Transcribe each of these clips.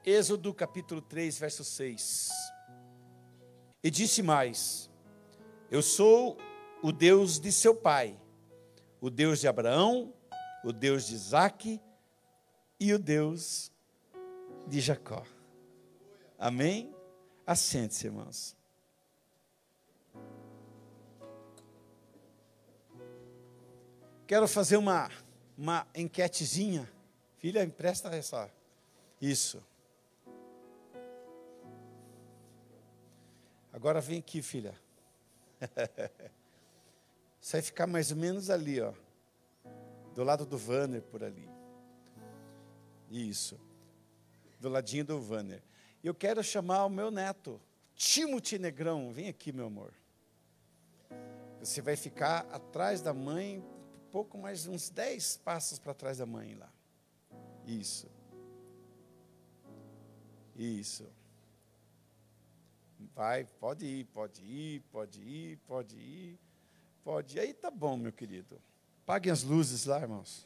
Êxodo capítulo 3, verso 6. E disse mais: eu sou o Deus de seu pai, o Deus de Abraão, o Deus de Isaque e o Deus de Jacó. Amém? Assente-se, irmãos. Quero fazer uma enquetezinha. Filha, empresta essa. Isso. Agora vem aqui, filha. Você vai ficar mais ou menos ali, ó. Do lado do Vanner, por ali. Isso. Do ladinho do Vanner. E eu quero chamar o meu neto, Timothy Negrão. Vem aqui, meu amor. Você vai ficar atrás da mãe, pouco mais, uns 10 passos para trás da mãe lá. Isso. Isso. Vai, pode ir. Aí tá bom, meu querido. Apaguem as luzes lá, irmãos.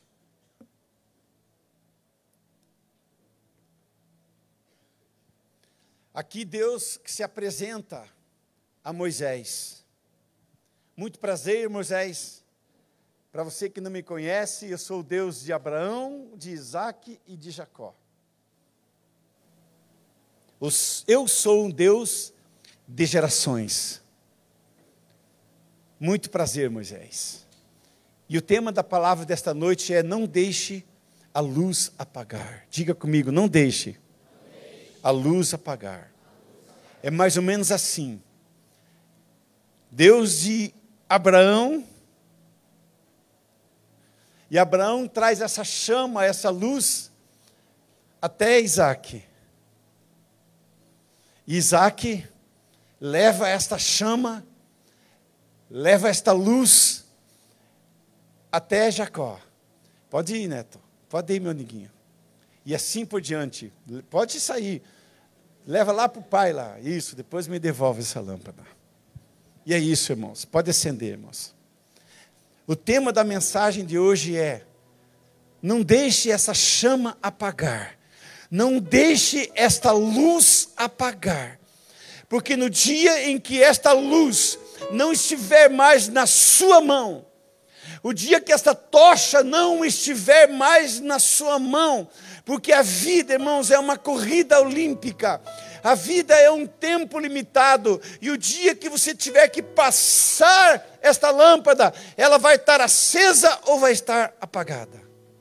Aqui Deus que se apresenta a Moisés. Muito prazer, Moisés. Para você que não me conhece, eu sou o Deus de Abraão, de Isaque e de Jacó. Eu sou um Deus de gerações. Muito prazer, Moisés. E o tema da palavra desta noite é: não deixe a luz apagar. Diga comigo, não deixe a luz apagar. É mais ou menos assim. Deus de Abraão, e Abraão traz essa chama, essa luz, até Isaque. E Isaque leva esta chama, leva esta luz até Jacó. Pode ir, neto. Pode ir, meu neguinho. E assim por diante. Pode sair. Leva lá para o pai lá. Isso, depois me devolve essa lâmpada. E é isso, irmãos. Pode acender, irmãos. O tema da mensagem de hoje é: não deixe essa chama apagar. Não deixe esta luz apagar. Porque no dia em que esta luz não estiver mais na sua mão, o dia que esta tocha não estiver mais na sua mão, porque a vida, irmãos, é uma corrida olímpica, a vida é um tempo limitado, e o dia que você tiver que passar esta lâmpada, ela vai estar acesa ou vai estar apagada.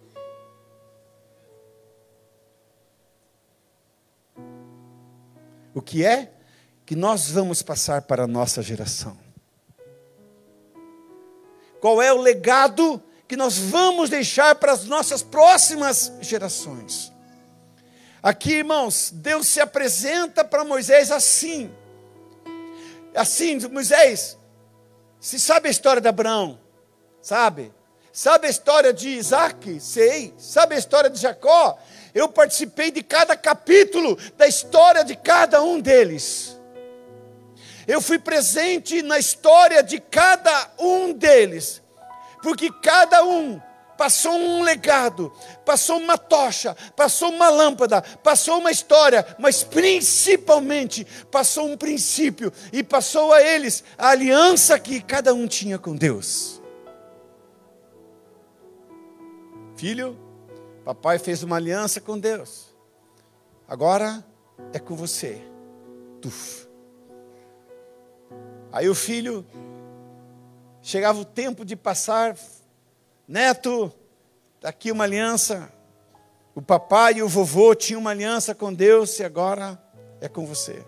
O que é que nós vamos passar para a nossa geração? Qual é o legado que nós vamos deixar para as nossas próximas gerações? Aqui, irmãos, Deus se apresenta para Moisés assim. Assim, Moisés, você sabe a história de Abraão? Sabe? Sabe a história de Isaque? Sei. Sabe a história de Jacó? Eu participei de cada capítulo da história de cada um deles. Eu fui presente na história de cada um deles, porque cada um passou um legado, passou uma tocha, passou uma lâmpada, passou uma história, mas principalmente passou um princípio, e passou a eles a aliança que cada um tinha com Deus. Filho, papai fez uma aliança com Deus, agora é com você. Tuf. Aí o filho, chegava o tempo de passar: neto, está aqui uma aliança. O papai e o vovô tinham uma aliança com Deus, e agora é com você.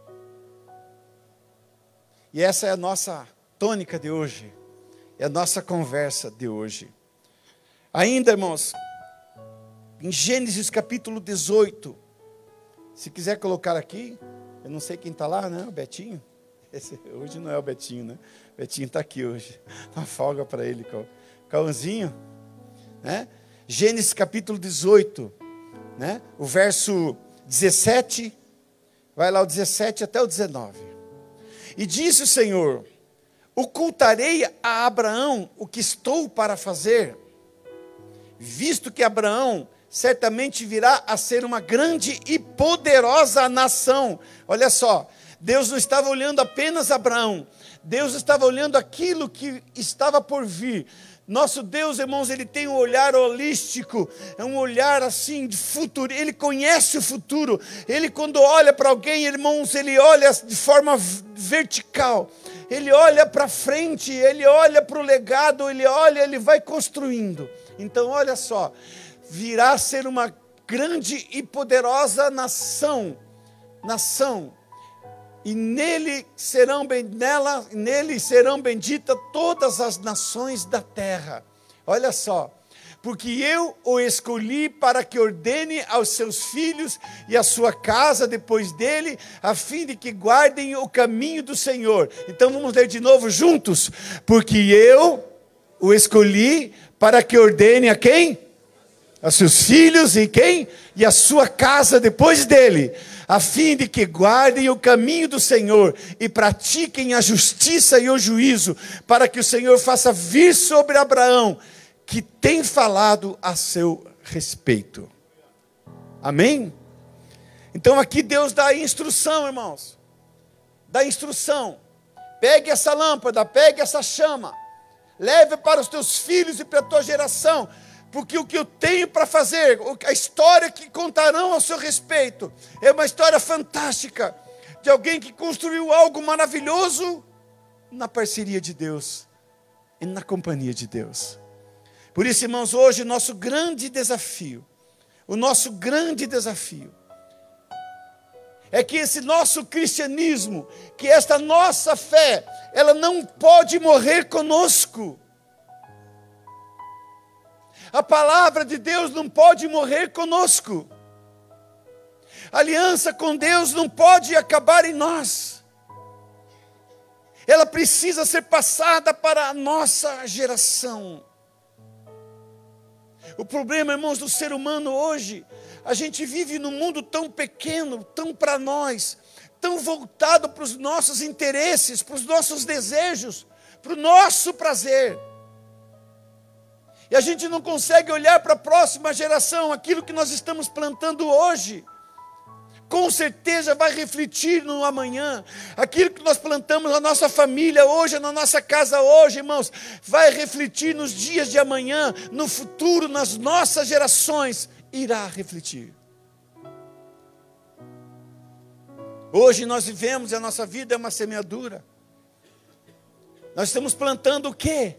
E essa é a nossa tônica de hoje, é a nossa conversa de hoje. Ainda, irmãos, em Gênesis capítulo 18, se quiser colocar aqui, eu não sei quem está lá, né? O Betinho. Hoje não é o Betinho, né? O Betinho está aqui hoje. Uma folga para ele, Cãozinho, né? Gênesis capítulo 18, né? O verso 17, vai lá o 17 até o 19. E disse o Senhor: ocultarei a Abraão o que estou para fazer, visto que Abraão certamente virá a ser uma grande e poderosa nação. Olha só, Deus não estava olhando apenas Abraão, Deus estava olhando aquilo que estava por vir. Nosso Deus, irmãos, Ele tem um olhar holístico, é um olhar assim de futuro, Ele conhece o futuro. Ele, quando olha para alguém, irmãos, Ele olha de forma vertical, Ele olha para frente, Ele olha para o legado, Ele olha, Ele vai construindo. Então olha só, virá a ser uma grande e poderosa nação, e nele serão benditas todas as nações da terra. Olha só, porque eu o escolhi para que ordene aos seus filhos e à sua casa depois dele, a fim de que guardem o caminho do Senhor. Então vamos ler de novo juntos. Porque eu o escolhi para que ordene a quem? A seus filhos e quem? E a sua casa depois dele, a fim de que guardem o caminho do Senhor e pratiquem a justiça e o juízo, para que o Senhor faça vir sobre Abraão, que tem falado a seu respeito. Amém? Então aqui Deus dá a instrução, irmãos. Dá a instrução. Pegue essa lâmpada, pegue essa chama, leve para os teus filhos e para a tua geração, porque o que eu tenho para fazer, a história que contarão ao seu respeito, é uma história fantástica, de alguém que construiu algo maravilhoso, na parceria de Deus, e na companhia de Deus. Por isso, irmãos, hoje o nosso grande desafio, é que esse nosso cristianismo, que esta nossa fé, ela não pode morrer conosco. A palavra de Deus não pode morrer conosco. A aliança com Deus não pode acabar em nós. Ela precisa ser passada para a nossa geração. O problema, irmãos, do ser humano hoje, a gente vive num mundo tão pequeno, tão para nós, tão voltado para os nossos interesses, para os nossos desejos, para o nosso prazer. E a gente não consegue olhar para a próxima geração, aquilo que nós estamos plantando hoje, com certeza vai refletir no amanhã. Aquilo que nós plantamos na nossa família hoje, na nossa casa hoje, irmãos, vai refletir nos dias de amanhã, no futuro, nas nossas gerações, irá refletir. Hoje nós vivemos e a nossa vida é uma semeadura. Nós estamos plantando o quê?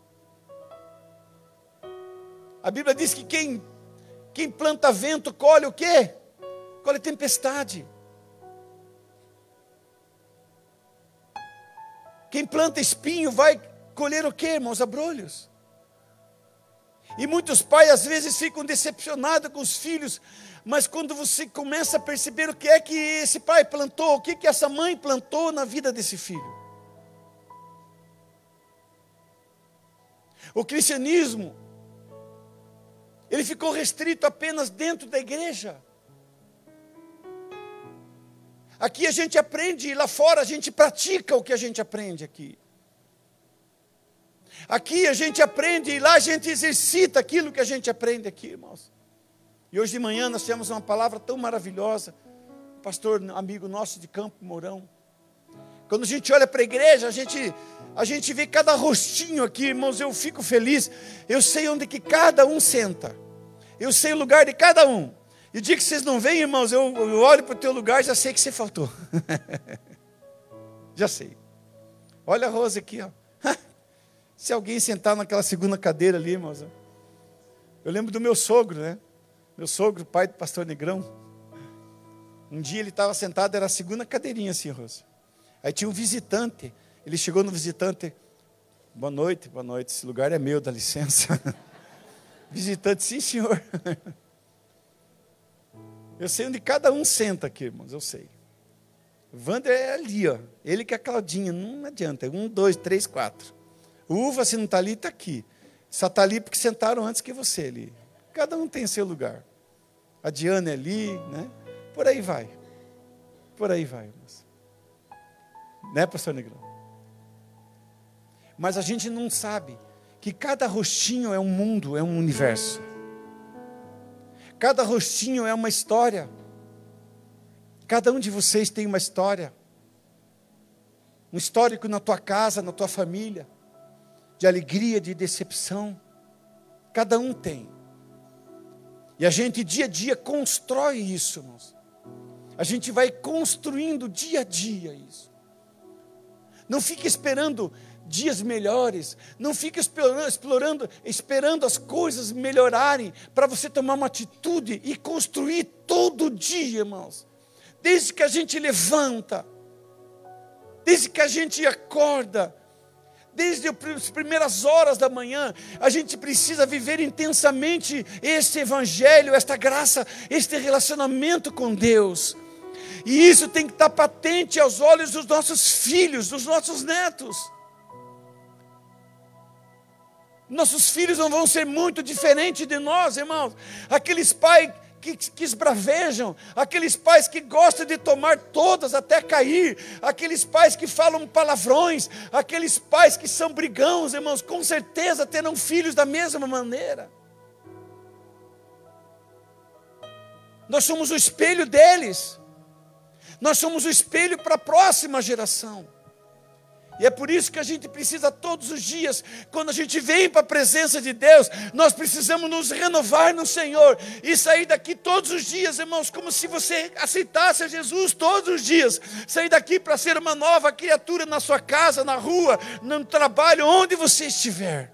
A Bíblia diz que quem planta vento colhe o quê? Colhe tempestade. Quem planta espinho vai colher o quê, irmãos? Abrolhos. E muitos pais às vezes ficam decepcionados com os filhos, mas quando você começa a perceber o que é que esse pai plantou, o que que essa mãe plantou na vida desse filho. O cristianismo, ele ficou restrito apenas dentro da igreja. Aqui a gente aprende, e lá fora a gente pratica o que a gente aprende aqui. Aqui a gente aprende, e lá a gente exercita aquilo que a gente aprende aqui, irmãos. E hoje de manhã nós tivemos uma palavra tão maravilhosa, pastor amigo nosso de Campo Mourão. Quando a gente olha para a igreja, a gente vê cada rostinho aqui, irmãos, eu fico feliz. Eu sei onde que cada um senta. Eu sei o lugar de cada um. E o dia que vocês não vêm, irmãos, eu olho para o teu lugar e já sei que você faltou. Já sei. Olha a Rosa aqui, ó. Se alguém sentar naquela segunda cadeira ali, irmãos. Eu lembro do meu sogro, né? Meu sogro, pai do pastor Negrão. Um dia ele estava sentado, era a segunda cadeirinha assim, Rosa. Aí tinha um visitante. Ele chegou no visitante. Boa noite, esse lugar é meu, dá licença. Visitante, sim senhor. Eu sei onde cada um senta aqui, irmãos, eu sei. O Wander é ali, ó. Ele que é a Claudinha, não adianta. 1, 2, 3, 4. O Uva, se não está ali, está aqui. Só está ali porque sentaram antes que você ali. Cada um tem seu lugar. A Diana é ali, né? Por aí vai. Por aí vai, irmãos. Né, pastor Negrão? Mas a gente não sabe que cada rostinho é um mundo, é um universo. Cada rostinho é uma história. Cada um de vocês tem uma história. Um histórico na tua casa, na tua família. De alegria, de decepção. Cada um tem. E a gente dia a dia constrói isso, irmãos. A gente vai construindo dia a dia isso. Não fique esperando dias melhores. Não fique esperando as coisas melhorarem para você tomar uma atitude e construir todo dia, irmãos. Desde que a gente levanta, desde que a gente acorda, desde as primeiras horas da manhã, a gente precisa viver intensamente este evangelho, esta graça, este relacionamento com Deus. E isso tem que estar patente aos olhos dos nossos filhos, dos nossos netos. Nossos filhos não vão ser muito diferentes de nós, irmãos. Aqueles pais que esbravejam, aqueles pais que gostam de tomar todas até cair, aqueles pais que falam palavrões, aqueles pais que são brigãos, irmãos, com certeza terão filhos da mesma maneira. Nós somos o espelho deles. Nós somos o espelho para a próxima geração. E é por isso que a gente precisa todos os dias, quando a gente vem para a presença de Deus, nós precisamos nos renovar no Senhor e sair daqui todos os dias, irmãos, como se você aceitasse a Jesus todos os dias. Sair daqui para ser uma nova criatura na sua casa, na rua, no trabalho, onde você estiver.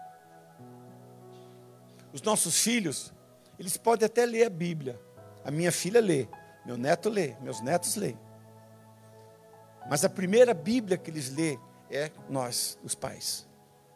Os nossos filhos, eles podem até ler a Bíblia. A minha filha lê, meu neto lê, meus netos lêem. Mas a primeira Bíblia que eles lêem é nós, os pais.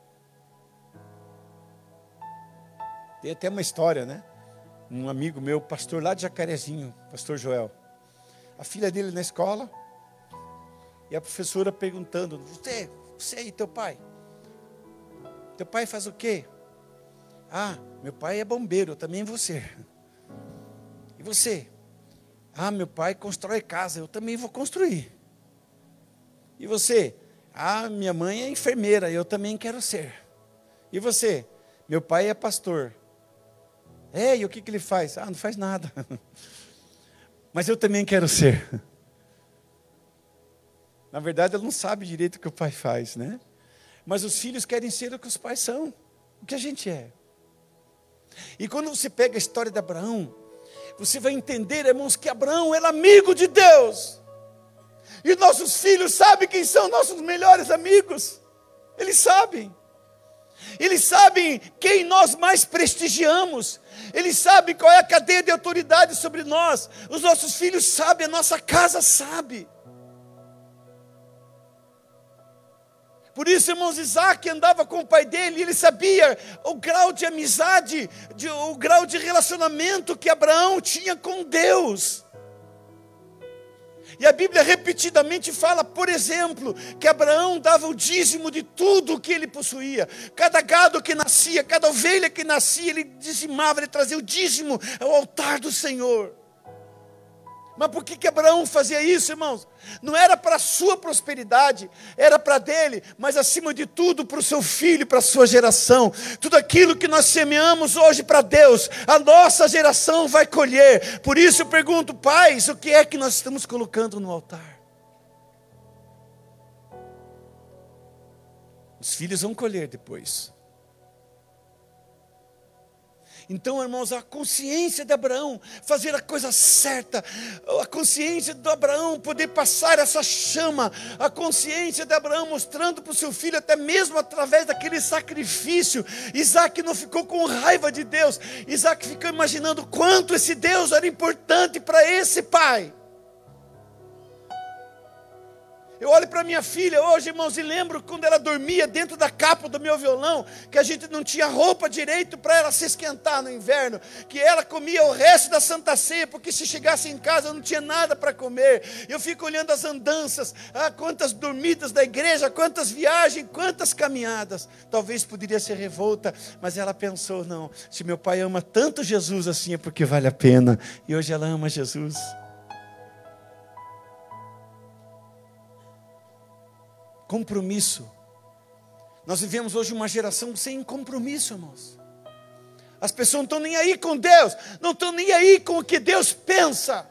Tem até uma história, né? Um amigo meu, pastor lá de Jacarezinho, pastor Joel. A filha dele na escola, e a professora perguntando, você e teu pai? Teu pai faz o quê? Ah, meu pai é bombeiro, eu também vou ser. E você? Ah, meu pai constrói casa, eu também vou construir. E você? Ah, minha mãe é enfermeira, eu também quero ser. E você? Meu pai é pastor. E o que ele faz? Ah, não faz nada. Mas eu também quero ser. Na verdade, ela não sabe direito o que o pai faz, né? Mas os filhos querem ser o que os pais são, o que a gente é. E quando você pega a história de Abraão, você vai entender, irmãos, que Abraão era amigo de Deus. E nossos filhos sabem quem são nossos melhores amigos. Eles sabem. Eles sabem quem nós mais prestigiamos. Eles sabem qual é a cadeia de autoridade sobre nós. Os nossos filhos sabem, a nossa casa sabe. Por isso, irmãos, Isaac andava com o pai dele, e ele sabia o grau de amizade, o grau de relacionamento que Abraão tinha com Deus. E a Bíblia repetidamente fala, por exemplo, que Abraão dava o dízimo de tudo o que ele possuía. Cada gado que nascia, cada ovelha que nascia, ele dizimava, ele trazia o dízimo ao altar do Senhor. Mas por que Abraão fazia isso, irmãos? Não era para a sua prosperidade, era para dele, mas acima de tudo para o seu filho, para a sua geração. Tudo aquilo que nós semeamos hoje para Deus, a nossa geração vai colher. Por isso eu pergunto, pais, o que é que nós estamos colocando no altar? Os filhos vão colher depois. Então, irmãos, a consciência de Abraão fazer a coisa certa, a consciência de Abraão poder passar essa chama, a consciência de Abraão mostrando para o seu filho, até mesmo através daquele sacrifício. Isaac não ficou com raiva de Deus, Isaac ficou imaginando quanto esse Deus era importante para esse pai. Eu olho para minha filha hoje, irmãos, e lembro quando ela dormia dentro da capa do meu violão, que a gente não tinha roupa direito para ela se esquentar no inverno, que ela comia o resto da Santa Ceia, porque se chegasse em casa não tinha nada para comer. Eu fico olhando as andanças, quantas dormidas da igreja, quantas viagens, quantas caminhadas. Talvez poderia ser revolta, mas ela pensou, não, se meu pai ama tanto Jesus assim é porque vale a pena. E hoje ela ama Jesus. Compromisso. Nós vivemos hoje uma geração sem compromisso, irmãos. As pessoas não estão nem aí com Deus, não estão nem aí com o que Deus pensa.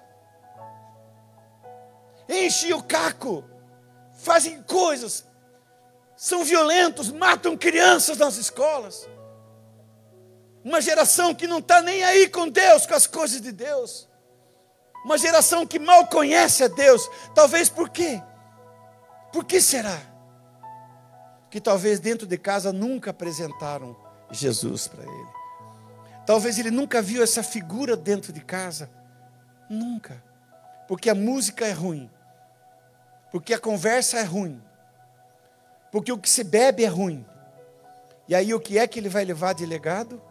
Enchem o caco, fazem coisas, são violentos, matam crianças nas escolas. Uma geração que não está nem aí com Deus, com as coisas de Deus. Uma geração que mal conhece a Deus. Talvez por quê? Por que será? Que talvez dentro de casa nunca apresentaram Jesus para ele. Talvez ele nunca viu essa figura dentro de casa. Nunca. Porque a música é ruim. Porque a conversa é ruim. Porque o que se bebe é ruim. E aí o que é que ele vai levar de legado?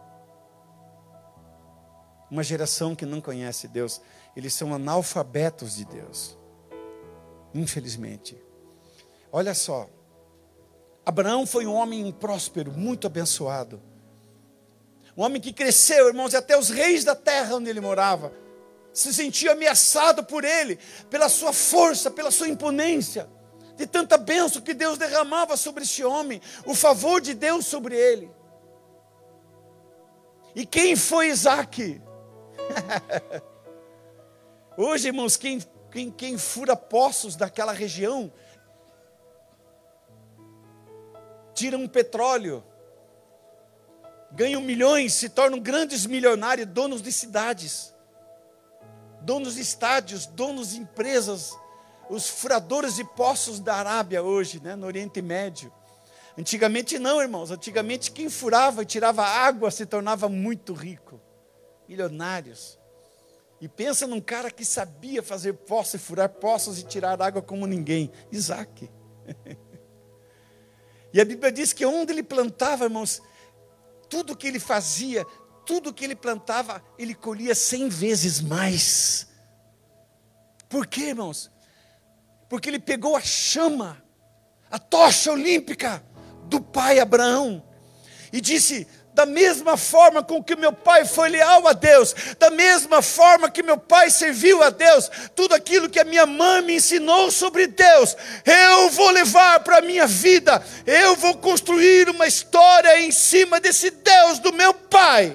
Uma geração que não conhece Deus. Eles são analfabetos de Deus. Infelizmente. Olha só. Abraão foi um homem próspero, muito abençoado. Um homem que cresceu, irmãos, e até os reis da terra onde ele morava se sentiam ameaçados por ele, pela sua força, pela sua imponência, de tanta bênção que Deus derramava sobre este homem, o favor de Deus sobre ele. E quem foi Isaac? Hoje, irmãos, quem fura poços daquela região, tiram petróleo, ganham milhões, se tornam grandes milionários, donos de cidades, donos de estádios, donos de empresas, os furadores de poços da Arábia hoje, né, no Oriente Médio. Antigamente não, irmãos, antigamente quem furava e tirava água se tornava muito rico, milionários. E pensa num cara que sabia fazer poços e furar poços e tirar água como ninguém, Isaac. E a Bíblia diz que onde ele plantava, irmãos, tudo que ele fazia, tudo que ele plantava, ele colhia 100 vezes mais. Por quê, irmãos? Porque ele pegou a chama, a tocha olímpica do pai Abraão, e disse: da mesma forma com que meu pai foi leal a Deus, da mesma forma que meu pai serviu a Deus, tudo aquilo que a minha mãe me ensinou sobre Deus, eu vou levar para a minha vida, eu vou construir uma história em cima desse Deus do meu pai.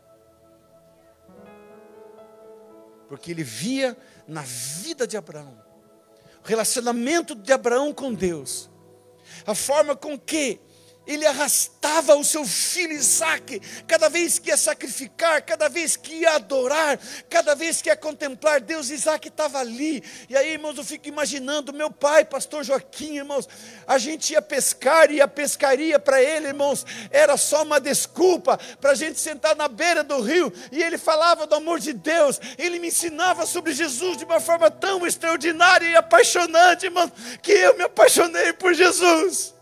Porque ele via na vida de Abraão, o relacionamento de Abraão com Deus, a forma com que ele arrastava o seu filho Isaac, cada vez que ia sacrificar, cada vez que ia adorar, cada vez que ia contemplar Deus, Isaac estava ali. E aí, irmãos, eu fico imaginando, meu pai, pastor Joaquim, irmãos, a gente ia pescar e a pescaria para ele, irmãos, era só uma desculpa para a gente sentar na beira do rio, e ele falava do amor de Deus, ele me ensinava sobre Jesus de uma forma tão extraordinária e apaixonante, irmãos, que eu me apaixonei por Jesus.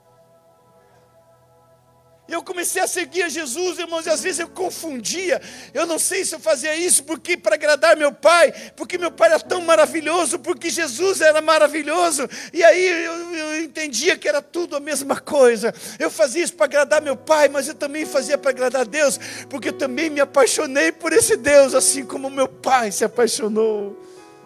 E eu comecei a seguir a Jesus, irmãos, e às vezes eu confundia. Eu não sei se eu fazia isso porque para agradar meu pai, porque meu pai era tão maravilhoso, porque Jesus era maravilhoso. E aí eu entendia que era tudo a mesma coisa. Eu fazia isso para agradar meu pai, mas eu também fazia para agradar Deus, porque eu também me apaixonei por esse Deus, assim como meu pai se apaixonou.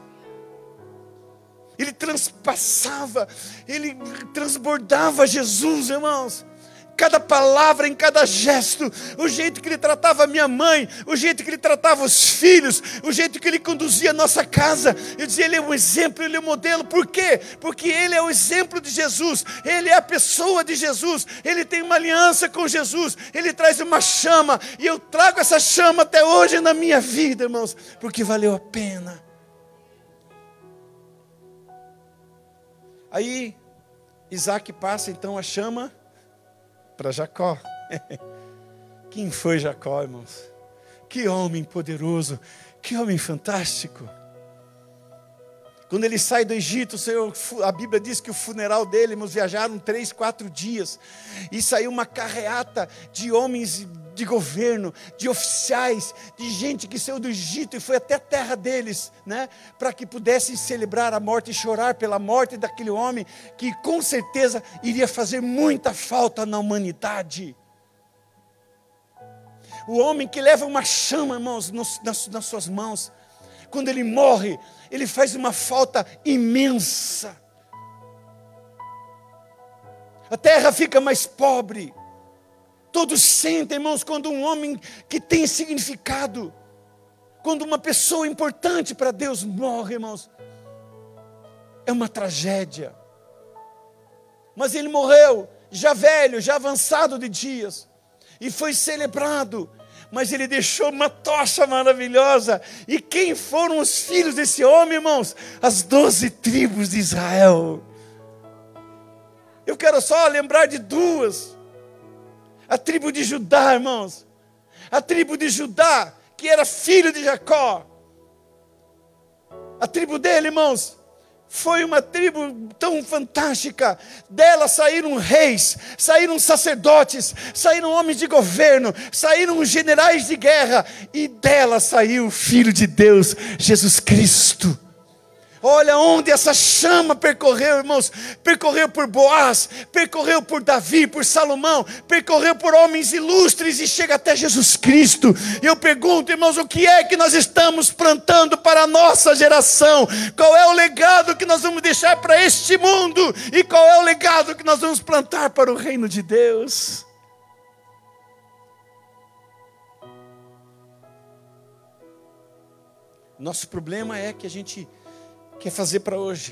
Ele transpassava, ele transbordava Jesus, irmãos. Cada palavra, em cada gesto, o jeito que ele tratava a minha mãe, o jeito que ele tratava os filhos, o jeito que ele conduzia a nossa casa. Eu dizia, ele é um exemplo, ele é um modelo. Por quê? Porque ele é o exemplo de Jesus, ele é a pessoa de Jesus, ele tem uma aliança com Jesus, ele traz uma chama, e eu trago essa chama até hoje na minha vida, irmãos, porque valeu a pena. Aí, Isaac passa então a chama para Jacó. Quem foi Jacó, irmãos? Que homem poderoso, que homem fantástico. Quando ele sai do Egito, a Bíblia diz que o funeral dele, irmãos, viajaram 3, 4 dias, e saiu uma carreata de homens de governo, de oficiais, de gente que saiu do Egito e foi até a terra deles, né, para que pudessem celebrar a morte e chorar pela morte daquele homem, que com certeza iria fazer muita falta na humanidade. O homem que leva uma chama, irmãos, nas suas mãos, quando ele morre, ele faz uma falta imensa. A terra fica mais pobre. Todos sentem, irmãos, quando um homem que tem significado, quando uma pessoa importante para Deus morre, irmãos, é uma tragédia. Mas ele morreu, já velho, já avançado de dias, e foi celebrado, mas ele deixou uma tocha maravilhosa. E quem foram os filhos desse homem, irmãos? As 12 tribos de Israel. Eu quero só lembrar de duas. A tribo de Judá, irmãos. A tribo de Judá, que era filho de Jacó. A tribo dele, irmãos, foi uma tribo tão fantástica. Dela saíram reis, saíram sacerdotes, saíram homens de governo, saíram generais de guerra. E dela saiu o Filho de Deus, Jesus Cristo. Olha onde essa chama percorreu, irmãos. Percorreu por Boaz, percorreu por Davi, por Salomão, percorreu por homens ilustres e chega até Jesus Cristo. E eu pergunto, irmãos, o que é que nós estamos plantando para a nossa geração? Qual é o legado que nós vamos deixar para este mundo? E qual é o legado que nós vamos plantar para o reino de Deus? Nosso problema é que a gente quer fazer para hoje.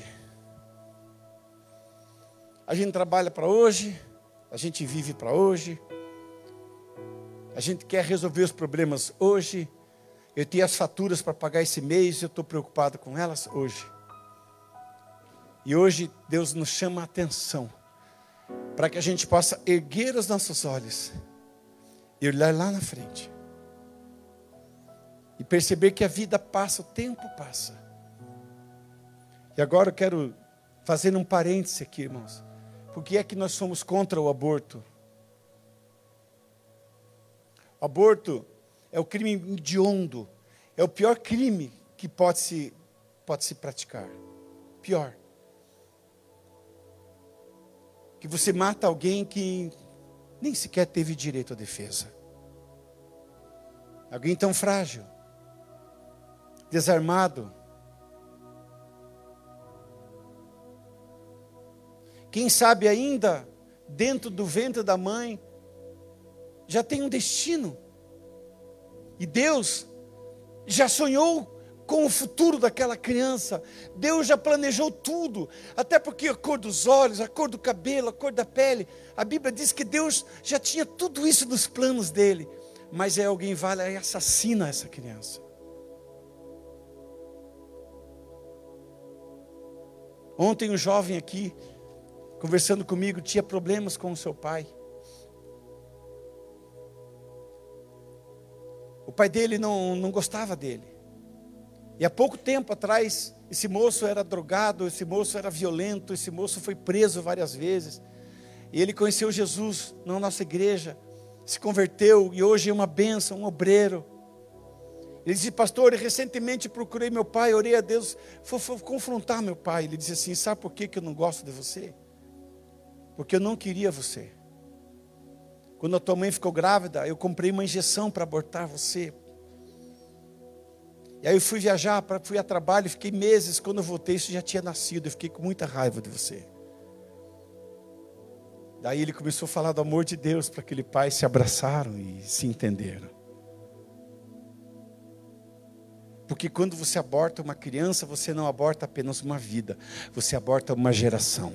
A gente trabalha para hoje, a gente vive para hoje, a gente quer resolver os problemas hoje. Eu tenho as faturas para pagar esse mês, eu estou preocupado com elas hoje. E hoje Deus nos chama a atenção para que a gente possa erguer os nossos olhos e olhar lá na frente e perceber que a vida passa, o tempo passa. E agora eu quero fazer um parêntese aqui, irmãos. Por que é que nós somos contra o aborto? O aborto é o crime hediondo. É o pior crime que pode se praticar. Pior. Que você mata alguém que nem sequer teve direito à defesa. Alguém tão frágil, desarmado. Quem sabe ainda, dentro do ventre da mãe, já tem um destino. E Deus já sonhou com o futuro daquela criança. Deus já planejou tudo. Até porque a cor dos olhos, a cor do cabelo, a cor da pele. A Bíblia diz que Deus já tinha tudo isso nos planos dele. Mas aí alguém vai lá e assassina essa criança. Ontem um jovem aqui, conversando comigo, tinha problemas com o seu pai. O pai dele não gostava dele. E há pouco tempo atrás, esse moço era drogado, esse moço era violento, esse moço foi preso várias vezes. E ele conheceu Jesus na nossa igreja, se converteu e hoje é uma bênção, um obreiro. Ele disse: pastor, recentemente procurei meu pai, orei a Deus, fui confrontar meu pai. Ele disse assim: sabe por que eu não gosto de você? Porque eu não queria você. Quando a tua mãe ficou grávida, eu comprei uma injeção para abortar você. E aí eu fui viajar, fui a trabalho, fiquei meses. Quando eu voltei, isso já tinha nascido. Eu fiquei com muita raiva de você. Daí ele começou a falar do amor de Deus para aquele pai, se abraçaram e se entenderam. Porque quando você aborta uma criança, você não aborta apenas uma vida, você aborta uma geração.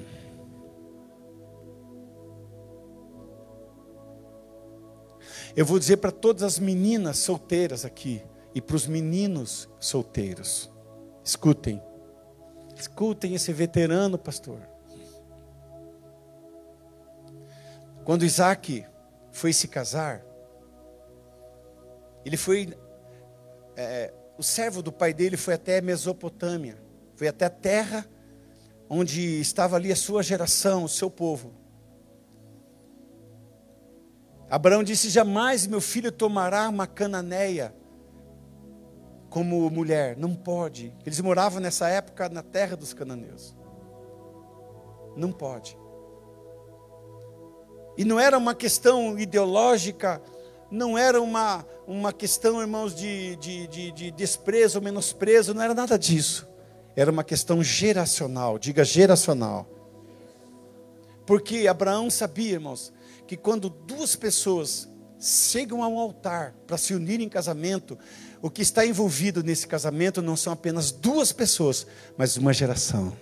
Eu vou dizer para todas as meninas solteiras aqui e para os meninos solteiros: escutem esse veterano pastor. Quando Isaac foi se casar, ele foi, o servo do pai dele foi até Mesopotâmia, foi até a terra onde estava ali a sua geração, o seu povo. Abraão disse: jamais meu filho tomará uma cananeia como mulher. Não pode. Eles moravam nessa época na terra dos cananeus. Não pode. E não era uma questão ideológica, não era uma questão, irmãos, de desprezo ou menosprezo, não era nada disso. Era uma questão geracional, diga geracional. Porque Abraão sabia, irmãos, que quando duas pessoas chegam ao altar para se unirem em casamento, o que está envolvido nesse casamento não são apenas duas pessoas, mas uma geração.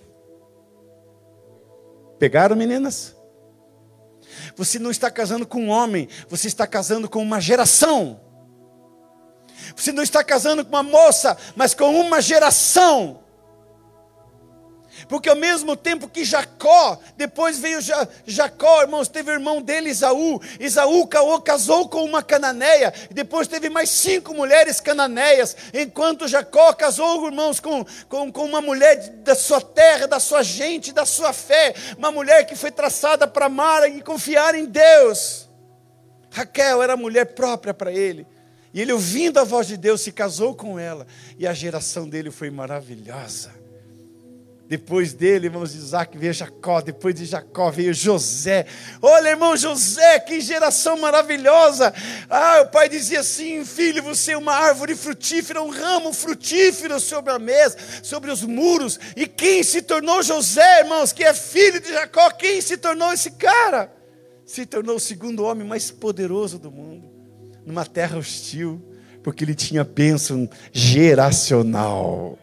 Pegaram, meninas? Você não está casando com um homem, você está casando com uma geração. Você não está casando com uma moça, mas com uma geração. Porque ao mesmo tempo que Jacó, depois veio Jacó, irmãos, teve o irmão dele, Esaú. Esaú casou com uma cananeia, e depois teve mais 5 mulheres cananeias, enquanto Jacó casou, irmãos, com uma mulher da sua terra, da sua gente, da sua fé, uma mulher que foi traçada para amar e confiar em Deus. Raquel era a mulher própria para ele, e ele, ouvindo a voz de Deus, se casou com ela, e a geração dele foi maravilhosa. Depois dele, irmãos, de Isaac veio Jacó, depois de Jacó veio José. Olha, irmão, José, que geração maravilhosa. O pai dizia assim: filho, você é uma árvore frutífera, um ramo frutífero sobre a mesa, sobre os muros. E quem se tornou José, irmãos, que é filho de Jacó, quem se tornou esse cara? Se tornou o segundo homem mais poderoso do mundo, numa terra hostil, porque ele tinha bênção geracional.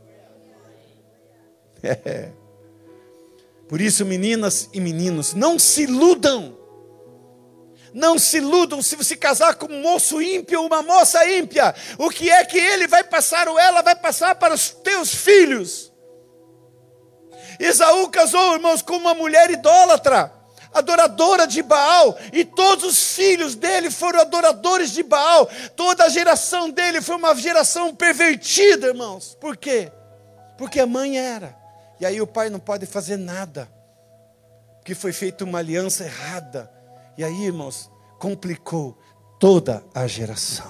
Por isso, meninas e meninos, não se iludam. Não se iludam se você casar com um moço ímpio ou uma moça ímpia. O que é que ele vai passar ou ela vai passar para os teus filhos? Esaú casou, irmãos, com uma mulher idólatra, adoradora de Baal, e todos os filhos dele foram adoradores de Baal. Toda a geração dele foi uma geração pervertida, irmãos. Por quê? Porque a mãe era. E aí o pai não pode fazer nada, porque foi feita uma aliança errada. E aí, irmãos, complicou toda a geração.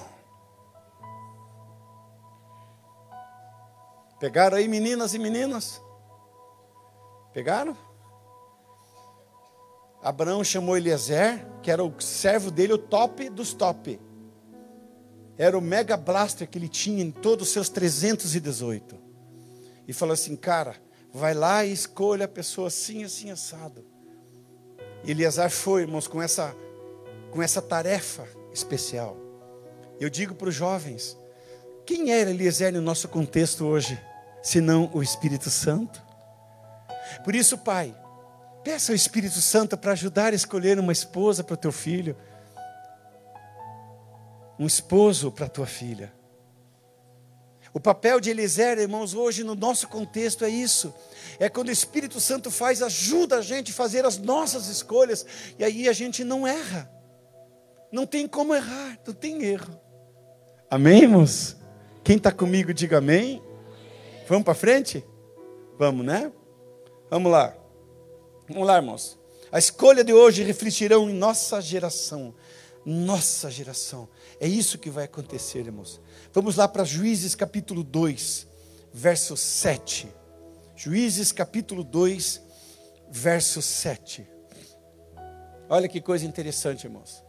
Pegaram aí, meninas e meninos? Pegaram? Abraão chamou Eliezer, que era o servo dele, o top dos top. Era o mega blaster que ele tinha em todos os seus 318. E falou assim: cara, vai lá e escolha a pessoa assim, assim, assado. E Eliezer foi, irmãos, com essa tarefa especial. Eu digo para os jovens: quem era Eliezer no nosso contexto hoje, senão o Espírito Santo? Por isso, pai, peça ao Espírito Santo para ajudar a escolher uma esposa para o teu filho, um esposo para a tua filha. O papel de Eliezer, irmãos, hoje no nosso contexto é isso. É quando o Espírito Santo ajuda a gente a fazer as nossas escolhas. E aí a gente não erra. Não tem como errar, não tem erro. Amém, irmãos? Quem está comigo, diga amém. Vamos para frente? Vamos, né? Vamos lá. Vamos lá, irmãos. A escolha de hoje refletirão em nossa geração. Nossa geração. É isso que vai acontecer, irmãos. Vamos lá para Juízes capítulo 2, verso 7. Juízes capítulo 2, verso 7. Olha que coisa interessante, irmãos.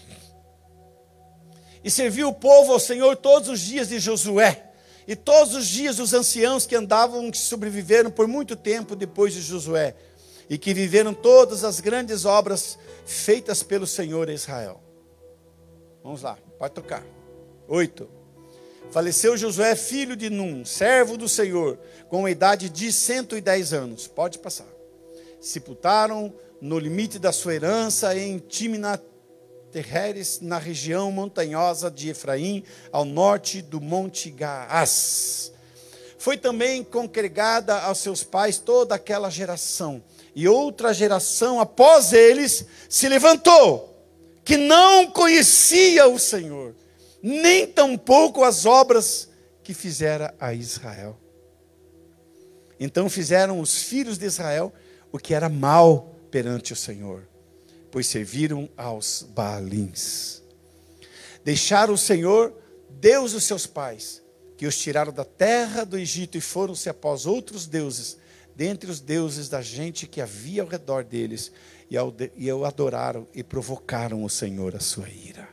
E serviu o povo ao Senhor todos os dias de Josué, e todos os dias os anciãos que andavam, que sobreviveram por muito tempo depois de Josué, e que viveram todas as grandes obras feitas pelo Senhor a Israel. Vamos lá, pode tocar. 8. Faleceu Josué, filho de Num, servo do Senhor, com a idade de 110 anos. Pode passar. Sepultaram no limite da sua herança em Timnat-Heres, na região montanhosa de Efraim, ao norte do Monte Gaás. Foi também congregada aos seus pais toda aquela geração. E outra geração após eles se levantou, que não conhecia o Senhor, nem tampouco as obras que fizera a Israel. Então fizeram os filhos de Israel o que era mal perante o Senhor, pois serviram aos Baalins. Deixaram o Senhor, Deus dos seus pais, que os tiraram da terra do Egito, e foram-se após outros deuses, dentre os deuses da gente que havia ao redor deles, e o adoraram e provocaram o Senhor a sua ira.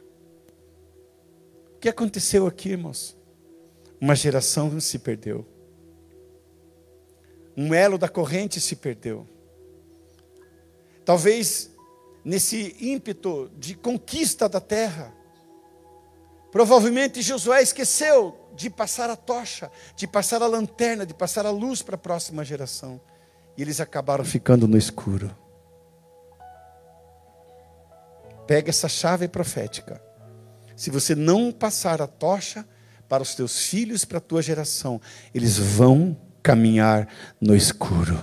O que aconteceu aqui, irmãos? Uma geração se perdeu. Um elo da corrente se perdeu. Talvez nesse ímpeto de conquista da terra. Provavelmente Josué esqueceu de passar a tocha, de passar a lanterna, de passar a luz para a próxima geração. E eles acabaram ficando no escuro. Pega essa chave profética. Se você não passar a tocha para os teus filhos, para a tua geração, eles vão caminhar no escuro.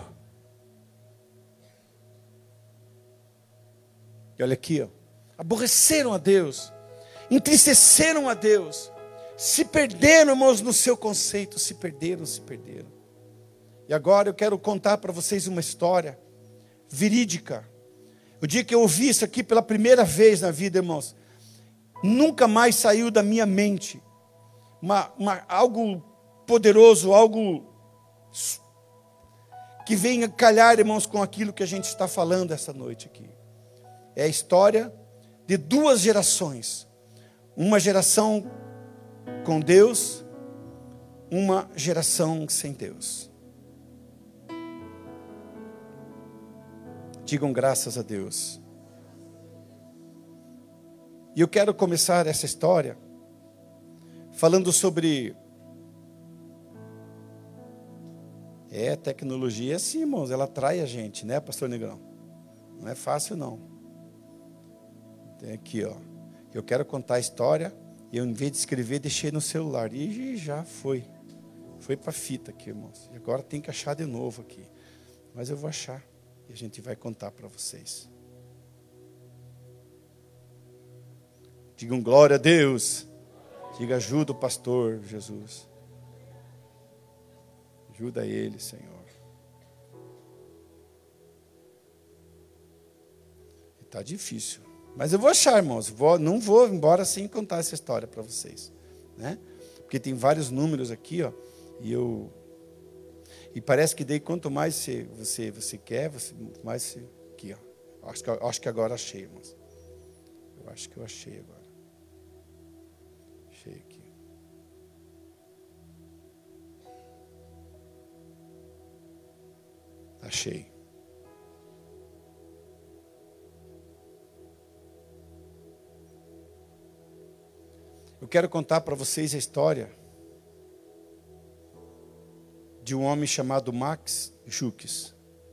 E olha aqui, ó, aborreceram a Deus, entristeceram a Deus, se perderam, irmãos, no seu conceito, se perderam. E agora eu quero contar para vocês uma história verídica. O dia que eu ouvi isso aqui pela primeira vez na vida, irmãos, nunca mais saiu da minha mente algo poderoso, algo que venha calhar, irmãos, com aquilo que a gente está falando essa noite aqui. É a história de duas gerações. Uma geração com Deus, uma geração sem Deus. Digam graças a Deus. E eu quero começar essa história falando sobre... tecnologia é assim, irmãos, ela atrai a gente, né, pastor Negrão? Não é fácil, não. Tem aqui, ó. Eu quero contar a história, e eu, em vez de escrever, deixei no celular. E já foi. Foi para a fita aqui, irmãos. E agora tem que achar de novo aqui. Mas eu vou achar, e a gente vai contar para vocês. Digam glória a Deus. Diga, ajuda o pastor Jesus. Ajuda ele, Senhor. Está difícil. Mas eu vou achar, irmãos. Não vou embora sem contar essa história para vocês, né? Porque tem vários números aqui, ó. E parece que daí quanto mais você quer, mais você... Aqui, ó. Acho que agora achei, irmãos. Eu acho que eu achei agora. Achei aqui. Achei. Eu quero contar para vocês a história de um homem chamado Max Jukes.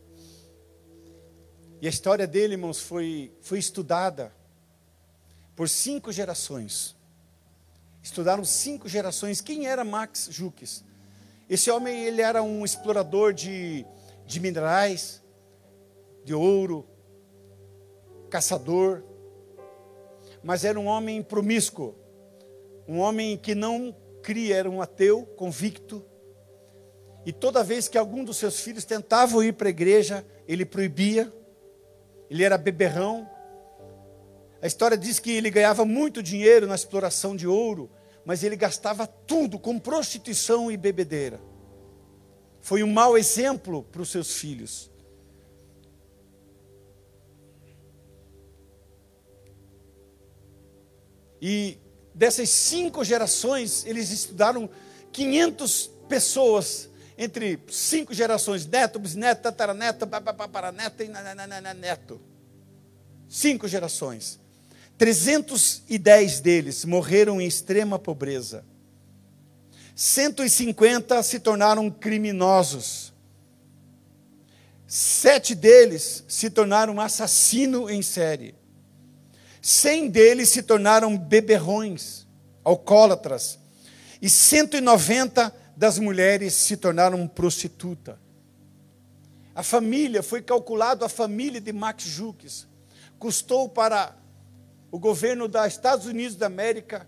E a história dele, irmãos, foi estudada por 5 gerações. Estudaram 5 gerações. Quem era Max Jukes? Esse homem, ele era um explorador de minerais, de ouro, caçador, mas era um homem promíscuo, um homem que não cria, era um ateu convicto, e toda vez que algum dos seus filhos tentavam ir para a igreja, ele proibia, ele era beberrão. A história diz que ele ganhava muito dinheiro na exploração de ouro, mas ele gastava tudo com prostituição e bebedeira. Foi um mau exemplo para os seus filhos. E dessas 5 gerações, eles estudaram 500 pessoas, entre 5 gerações, neto, bisneto, tataraneto, papaparaneto e neto. 5 gerações. 310 deles morreram em extrema pobreza. 150 se tornaram criminosos. 7 deles se tornaram assassinos em série. 100 deles se tornaram beberrões, alcoólatras. E 190 das mulheres se tornaram prostituta. A família, foi calculado, a família de Max Jukes custou para o governo dos Estados Unidos da América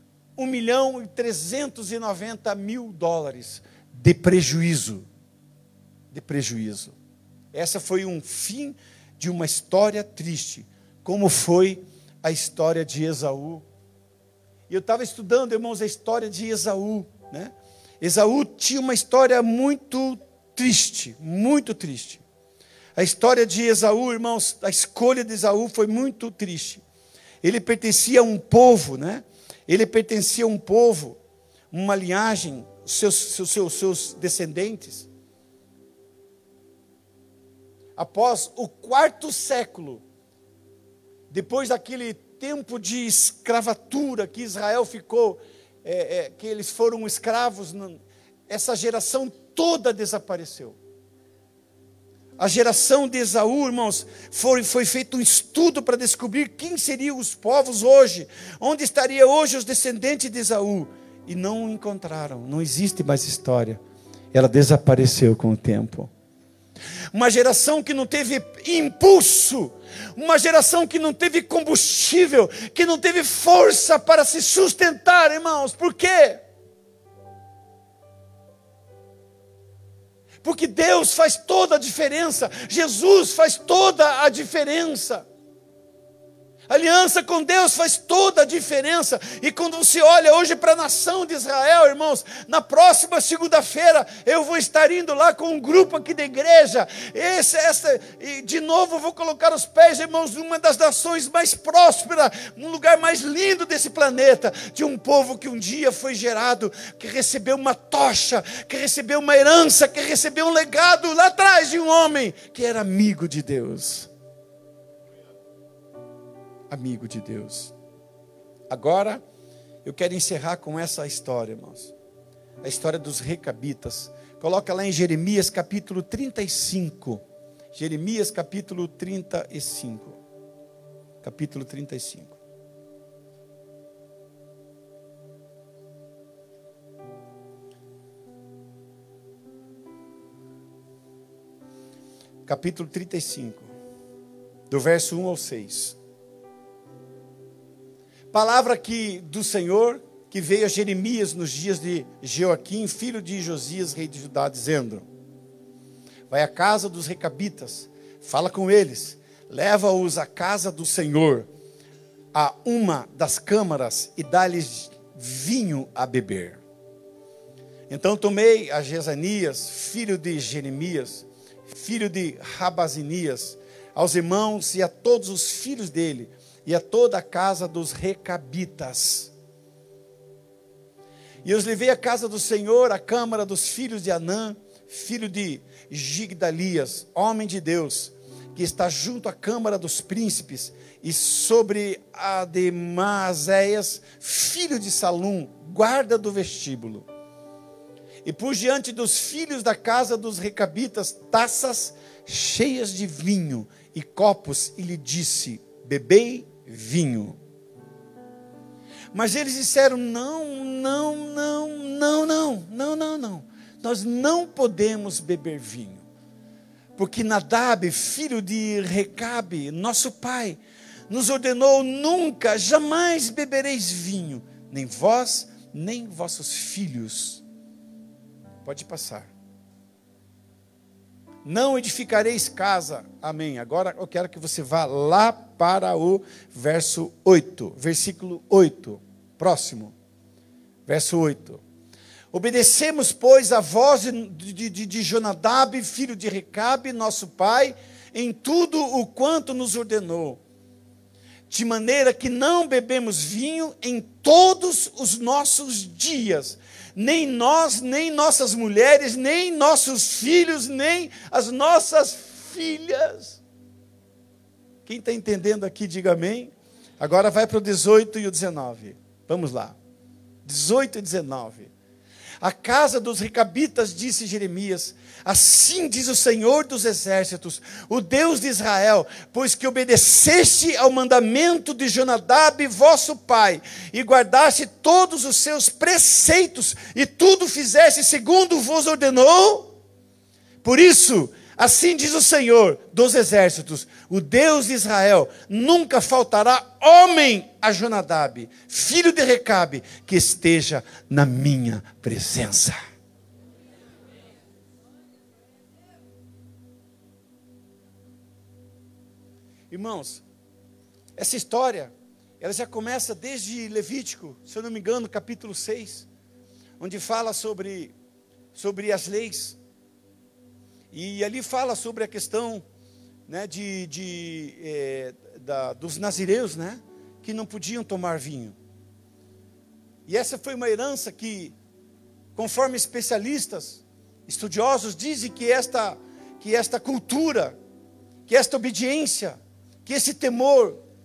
$1.390.000 de prejuízo. De prejuízo. Essa foi um fim de uma história triste, como foi a história de Esaú. E eu estava estudando, irmãos, a história de Esaú, né? Esaú tinha uma história muito triste, muito triste. A história de Esaú, irmãos, a escolha de Esaú foi muito triste. Ele pertencia a um povo, né? Ele pertencia a um povo, uma linhagem, seus descendentes. Após o 4º século, depois daquele tempo de escravatura que Israel ficou, que eles foram escravos, essa geração toda desapareceu. A geração de Esaú, irmãos, foi feito um estudo para descobrir quem seriam os povos hoje, onde estaria hoje os descendentes de Esaú, e não encontraram, não existe mais história, ela desapareceu com o tempo. Uma geração que não teve impulso, uma geração que não teve combustível, que não teve força para se sustentar, irmãos. Por quê? Porque Deus faz toda a diferença, Jesus faz toda a diferença. Aliança com Deus faz toda a diferença. E quando você olha hoje para a nação de Israel, irmãos, na próxima segunda-feira eu vou estar indo lá com um grupo aqui da igreja. E de novo eu vou colocar os pés, irmãos, numa das nações mais prósperas, num lugar mais lindo desse planeta, de um povo que um dia foi gerado, que recebeu uma tocha, que recebeu uma herança, que recebeu um legado lá atrás de um homem que era amigo de Deus. Amigo de Deus. Agora, eu quero encerrar com essa história, irmãos. A história dos recabitas. Coloca lá em Jeremias capítulo 35. Jeremias capítulo 35. Capítulo 35. Capítulo 35. Do verso 1 ao 6. Palavra do Senhor, que veio a Jeremias nos dias de Joaquim, filho de Josias, rei de Judá, dizendo: vai à casa dos recabitas, fala com eles, leva-os à casa do Senhor, a uma das câmaras, e dá-lhes vinho a beber. Então tomei a Jezanias, filho de Jeremias, filho de Rabazinias, aos irmãos e a todos os filhos dele, e a toda a casa dos recabitas. E os levei à casa do Senhor, à câmara dos filhos de Anã, filho de Gigdalias, homem de Deus, que está junto à câmara dos príncipes, e sobre a de Maazéias, filho de Salum, guarda do vestíbulo. E pus diante dos filhos da casa dos recabitas taças cheias de vinho e copos, e lhe disse: bebei vinho. Mas eles disseram: não, nós não podemos beber vinho, porque Nadab, filho de Recabe, nosso pai, nos ordenou: nunca, jamais bebereis vinho, nem vós, nem vossos filhos. Pode passar. Não edificareis casa. Amém. Agora eu quero que você vá lá para o verso 8. Versículo 8. Próximo. Verso 8. Obedecemos, pois, a voz de Jonadab, filho de Recabe, nosso pai, em tudo o quanto nos ordenou. De maneira que não bebemos vinho em todos os nossos dias, nem nós, nem nossas mulheres, nem nossos filhos, nem as nossas filhas. Quem está entendendo aqui, diga amém. Agora vai para o 18 e o 19. Vamos lá. 18 e 19. A casa dos recabitas, disse Jeremias: assim diz o Senhor dos exércitos, o Deus de Israel, pois que obedeceste ao mandamento de Jonadab, vosso pai, e guardaste todos os seus preceitos, e tudo fizeste segundo vos ordenou. Por isso, assim diz o Senhor dos exércitos, o Deus de Israel: nunca faltará homem a Jonadab, filho de Recabe, que esteja na minha presença. Irmãos, essa história, ela já começa desde Levítico, se eu não me engano, capítulo 6, onde fala sobre as leis. E ali fala sobre a questão, né, dos nazireus, né, que não podiam tomar vinho. E essa foi uma herança que, conforme especialistas, estudiosos, dizem que esta cultura, que esta obediência, que esse temor,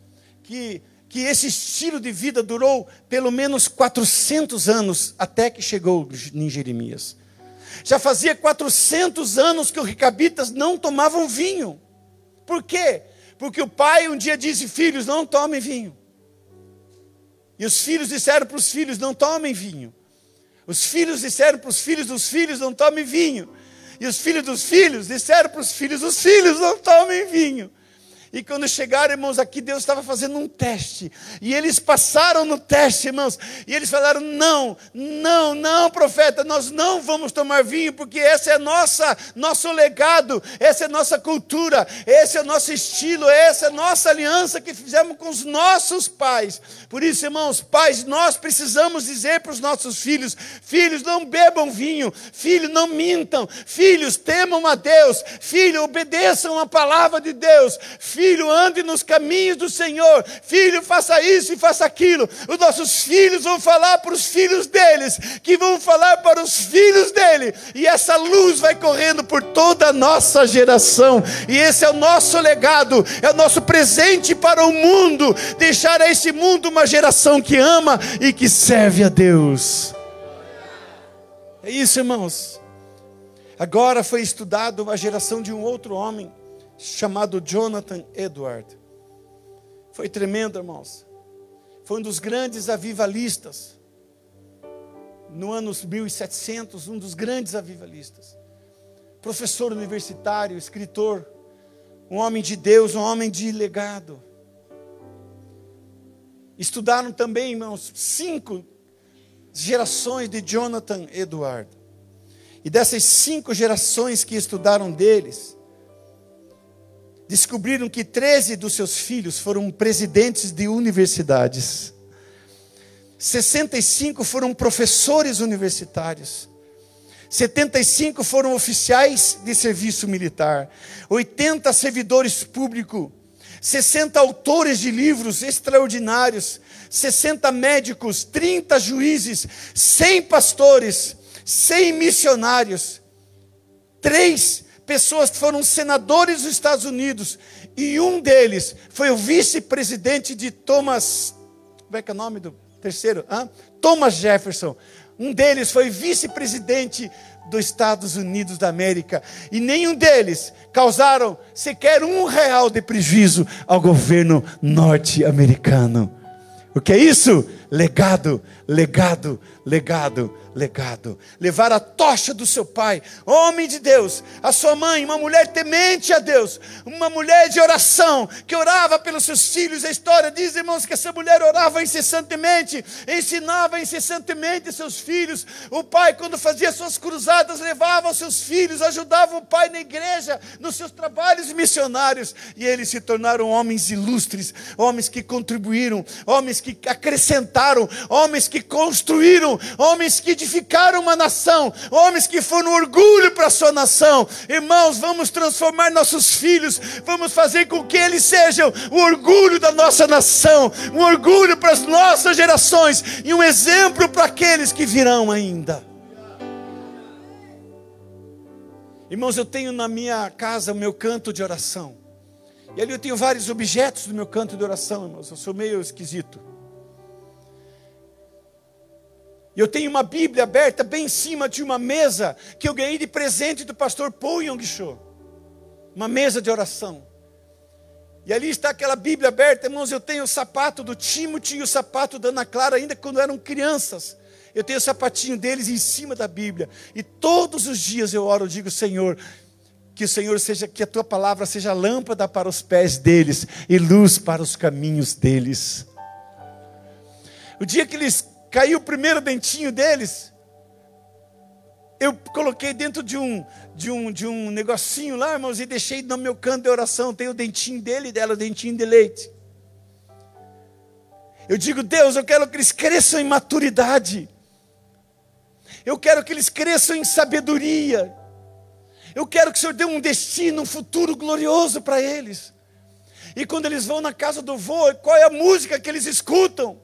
que esse estilo de vida durou pelo menos 400 anos, até que chegou em Jeremias. Já fazia 400 anos que os recabitas não tomavam vinho. Por quê? Porque o pai um dia disse: filhos, não tomem vinho. E os filhos disseram para os filhos: não tomem vinho. Os filhos disseram para os filhos dos filhos: não tomem vinho. E os filhos dos filhos disseram para os filhos dos filhos: não tomem vinho. E quando chegaram, irmãos, aqui Deus estava fazendo um teste. E eles passaram no teste, irmãos. E eles falaram: não, profeta, nós não vamos tomar vinho, porque esse é nosso legado, essa é nossa cultura, esse é o nosso estilo, essa é a nossa aliança que fizemos com os nossos pais. Por isso, irmãos, pais, nós precisamos dizer para os nossos filhos: filhos, não bebam vinho, filhos, não mintam, filhos, temam a Deus, filhos, obedeçam a palavra de Deus, filho, ande nos caminhos do Senhor. Filho, faça isso e faça aquilo. Os nossos filhos vão falar para os filhos deles, que vão falar para os filhos dele. E essa luz vai correndo por toda a nossa geração. E esse é o nosso legado, é o nosso presente para o mundo. Deixar a esse mundo uma geração que ama e que serve a Deus. É isso, irmãos. Agora foi estudado a geração de um outro homem, chamado Jonathan Edwards. Foi tremendo, irmãos. Foi um dos grandes avivalistas. No ano 1700, um dos grandes avivalistas. Professor universitário, escritor, um homem de Deus, um homem de legado. Estudaram também, irmãos, 5 gerações de Jonathan Edwards. E dessas 5 gerações que estudaram deles, descobriram que 13 dos seus filhos foram presidentes de universidades. 65 foram professores universitários. 75 foram oficiais de serviço militar. 80 servidores públicos. 60 autores de livros extraordinários. 60 médicos, 30 juízes, 100 pastores, 100 missionários. 3 pessoas que foram senadores dos Estados Unidos, e um deles foi o vice-presidente de Thomas, como é que é o nome do terceiro? Thomas Jefferson. Um deles foi vice-presidente dos Estados Unidos da América, e nenhum deles causaram sequer R$1 de prejuízo ao governo norte-americano. O que é isso? Legado, legado, legado, legado. Levar a tocha do seu pai, homem de Deus, a sua mãe, uma mulher temente a Deus, uma mulher de oração, que orava pelos seus filhos. A história diz, irmãos, que essa mulher orava incessantemente, ensinava incessantemente seus filhos. O pai, quando fazia suas cruzadas, levava os seus filhos, ajudava o pai na igreja, nos seus trabalhos missionários, e eles se tornaram homens ilustres, homens que contribuíram, homens que acrescentaram, homens que construíram, homens que edificaram uma nação, homens que foram orgulho para a sua nação. Irmãos, vamos transformar nossos filhos, vamos fazer com que eles sejam o orgulho da nossa nação, um orgulho para as nossas gerações e um exemplo para aqueles que virão ainda. Irmãos, eu tenho na minha casa o meu canto de oração, e ali eu tenho vários objetos do meu canto de oração, irmãos. Eu sou meio esquisito. Eu tenho uma Bíblia aberta bem em cima de uma mesa que eu ganhei de presente do pastor Paul Yong-cho. Uma mesa de oração. E ali está aquela Bíblia aberta, irmãos. Eu tenho o sapato do Timothy e o sapato da Ana Clara, ainda quando eram crianças. Eu tenho o sapatinho deles em cima da Bíblia. E todos os dias eu oro, eu digo: Senhor, que o Senhor seja, que a tua palavra seja lâmpada para os pés deles e luz para os caminhos deles. O dia que eles caiu o primeiro dentinho deles, eu coloquei dentro de um negocinho lá, irmãos, e deixei no meu canto de oração. Tem o dentinho dele e dela, o dentinho de leite. Eu digo: Deus, eu quero que eles cresçam em maturidade. Eu quero que eles cresçam em sabedoria. Eu quero que o Senhor dê um destino, um futuro glorioso para eles. E quando eles vão na casa do vô, qual é a música que eles escutam?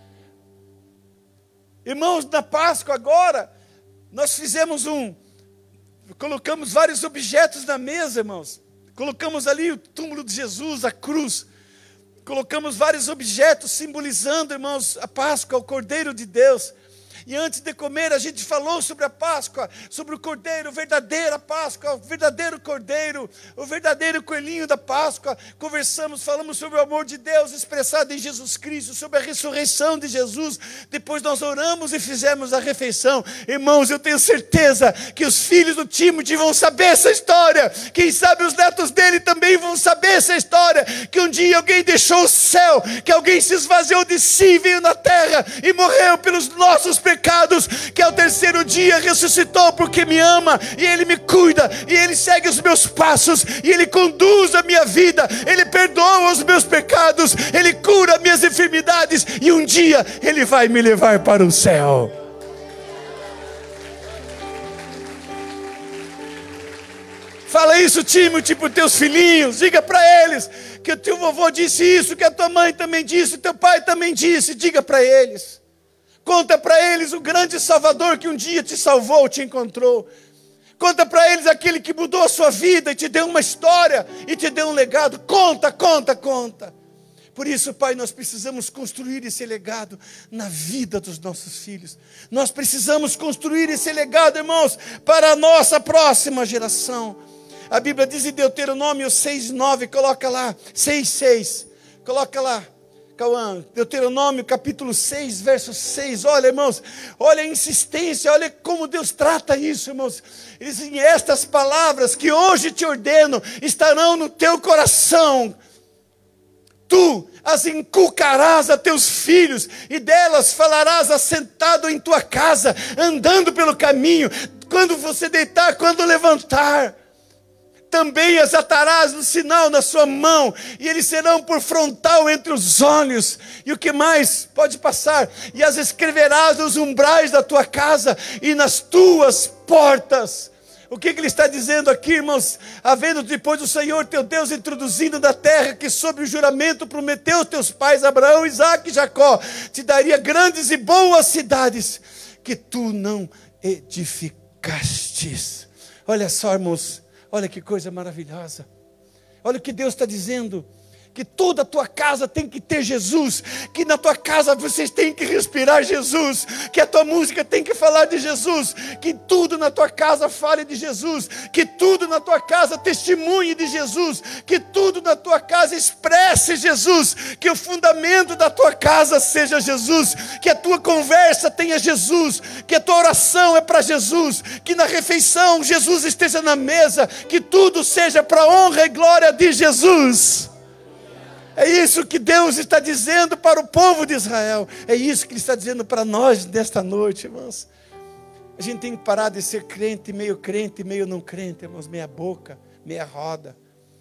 Irmãos, na Páscoa agora, nós colocamos vários objetos na mesa, irmãos. Colocamos ali o túmulo de Jesus, a cruz. Colocamos vários objetos simbolizando, irmãos, a Páscoa, o Cordeiro de Deus. E antes de comer, a gente falou sobre a Páscoa, sobre o Cordeiro, verdadeira Páscoa, o verdadeiro Cordeiro, o verdadeiro coelhinho da Páscoa. Conversamos, falamos sobre o amor de Deus expressado em Jesus Cristo, sobre a ressurreição de Jesus. Depois nós oramos e fizemos a refeição. Irmãos, eu tenho certeza que os filhos do Timothy vão saber essa história. Quem sabe os netos dele também vão saber essa história. Que um dia alguém deixou o céu, que alguém se esvaziou de si, veio na terra e morreu pelos nossos pecados, que ao terceiro dia ressuscitou porque me ama, e Ele me cuida, e Ele segue os meus passos, e Ele conduz a minha vida, Ele perdoa os meus pecados, Ele cura minhas enfermidades, e um dia Ele vai me levar para o céu. Fala isso, Timothy, para os teus filhinhos, diga para eles que o teu vovô disse isso, que a tua mãe também disse, teu pai também disse, diga para eles. Conta para eles o grande Salvador que um dia te salvou, te encontrou. Conta para eles aquele que mudou a sua vida e te deu uma história e te deu um legado. Conta. Por isso, Pai, nós precisamos construir esse legado na vida dos nossos filhos. Nós precisamos construir esse legado, irmãos, para a nossa próxima geração. A Bíblia diz em Deuteronômio 6:9, coloca lá, 6:6, coloca lá. Deuteronômio capítulo 6, verso 6, olha, irmãos, olha a insistência, olha como Deus trata isso, irmãos. Ele diz: estas palavras que hoje te ordeno estarão no teu coração, tu as inculcarás a teus filhos, e delas falarás assentado em tua casa, andando pelo caminho, quando você deitar, quando levantar. Também as atarás no sinal na sua mão, e eles serão por frontal entre os olhos. E o que mais? Pode passar. E as escreverás nos umbrais da tua casa e nas tuas portas. O que ele está dizendo aqui, irmãos? Havendo depois o Senhor teu Deus introduzindo na terra que sob o juramento prometeu aos teus pais Abraão, Isaque e Jacó, te daria grandes e boas cidades que tu não edificastes. Olha só, irmãos. Olha que coisa maravilhosa. Olha o que Deus está dizendo. Que toda a tua casa tem que ter Jesus. Que na tua casa vocês têm que respirar Jesus. Que a tua música tem que falar de Jesus. Que tudo na tua casa fale de Jesus. Que tudo na tua casa testemunhe de Jesus. Que tudo na tua casa expresse Jesus. Que o fundamento da tua casa seja Jesus. Que a tua conversa tenha Jesus. Que a tua oração é para Jesus. Que na refeição Jesus esteja na mesa. Que tudo seja para a honra e glória de Jesus. É isso que Deus está dizendo para o povo de Israel. É isso que Ele está dizendo para nós nesta noite, irmãos. A gente tem que parar de ser crente, meio não crente, irmãos. Meia boca, meia roda.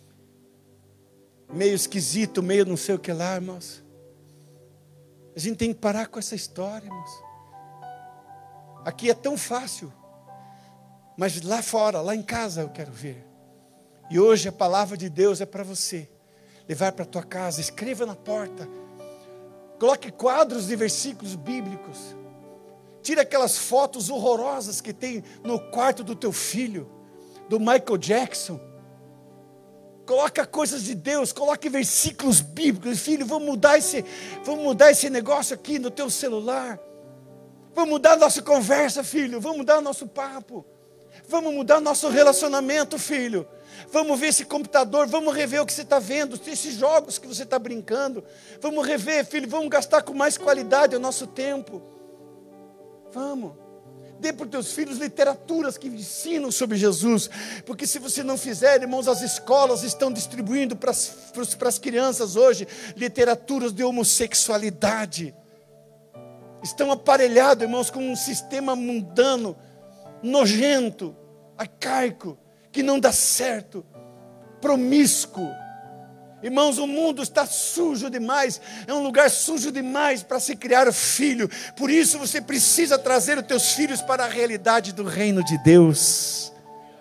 Meio esquisito, meio não sei o que lá, irmãos. A gente tem que parar com essa história, irmãos. Aqui é tão fácil. Mas lá fora, lá em casa eu quero ver. E hoje a palavra de Deus é para você. Levar para a tua casa, escreva na porta, coloque quadros de versículos bíblicos, tira aquelas fotos horrorosas que tem no quarto do teu filho, do Michael Jackson, coloca coisas de Deus, coloque versículos bíblicos. Filho, vamos mudar esse negócio aqui no teu celular, vamos mudar a nossa conversa, filho, vamos mudar o nosso papo, vamos mudar nosso relacionamento, filho. Vamos ver esse computador, vamos rever o que você está vendo, esses jogos que você está brincando. Vamos rever, filho, vamos gastar com mais qualidade o nosso tempo. Vamos. Dê para os teus filhos literaturas que ensinam sobre Jesus. Porque se você não fizer, irmãos, as escolas estão distribuindo para as crianças hoje literaturas de homossexualidade. Estão aparelhados, irmãos, com um sistema mundano, nojento, arcaico, que não dá certo, promíscuo. Irmãos, o mundo está sujo demais, é um lugar sujo demais para se criar filho. Por isso você precisa trazer os teus filhos para a realidade do reino de Deus.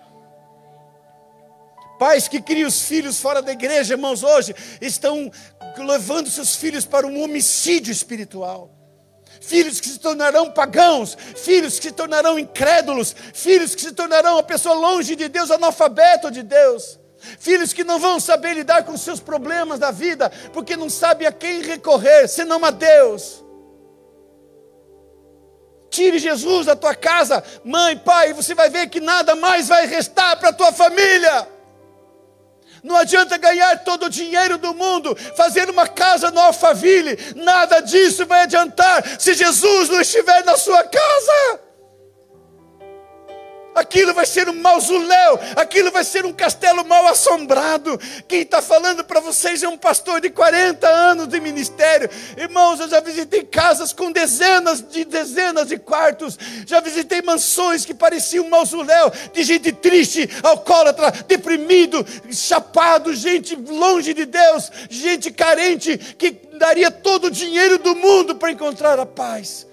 Pais que criam os filhos fora da igreja, irmãos, hoje estão levando seus filhos para um homicídio espiritual. Filhos que se tornarão pagãos, filhos que se tornarão incrédulos, filhos que se tornarão uma pessoa longe de Deus, analfabeto de Deus. Filhos que não vão saber lidar com os seus problemas da vida, porque não sabem a quem recorrer, senão a Deus. Tire Jesus da tua casa, mãe, pai, e você vai ver que nada mais vai restar para a tua família. Não adianta ganhar todo o dinheiro do mundo, fazer uma casa no Alphaville, nada disso vai adiantar se Jesus não estiver na sua casa. Aquilo vai ser um mausoléu, aquilo vai ser um castelo mal assombrado. Quem está falando para vocês é um pastor de 40 anos de ministério. Irmãos, eu já visitei casas com dezenas de quartos. Já visitei mansões que pareciam um mausoléu, de gente triste, alcoólatra, deprimido, chapado, gente longe de Deus, gente carente, que daria todo o dinheiro do mundo para encontrar a paz.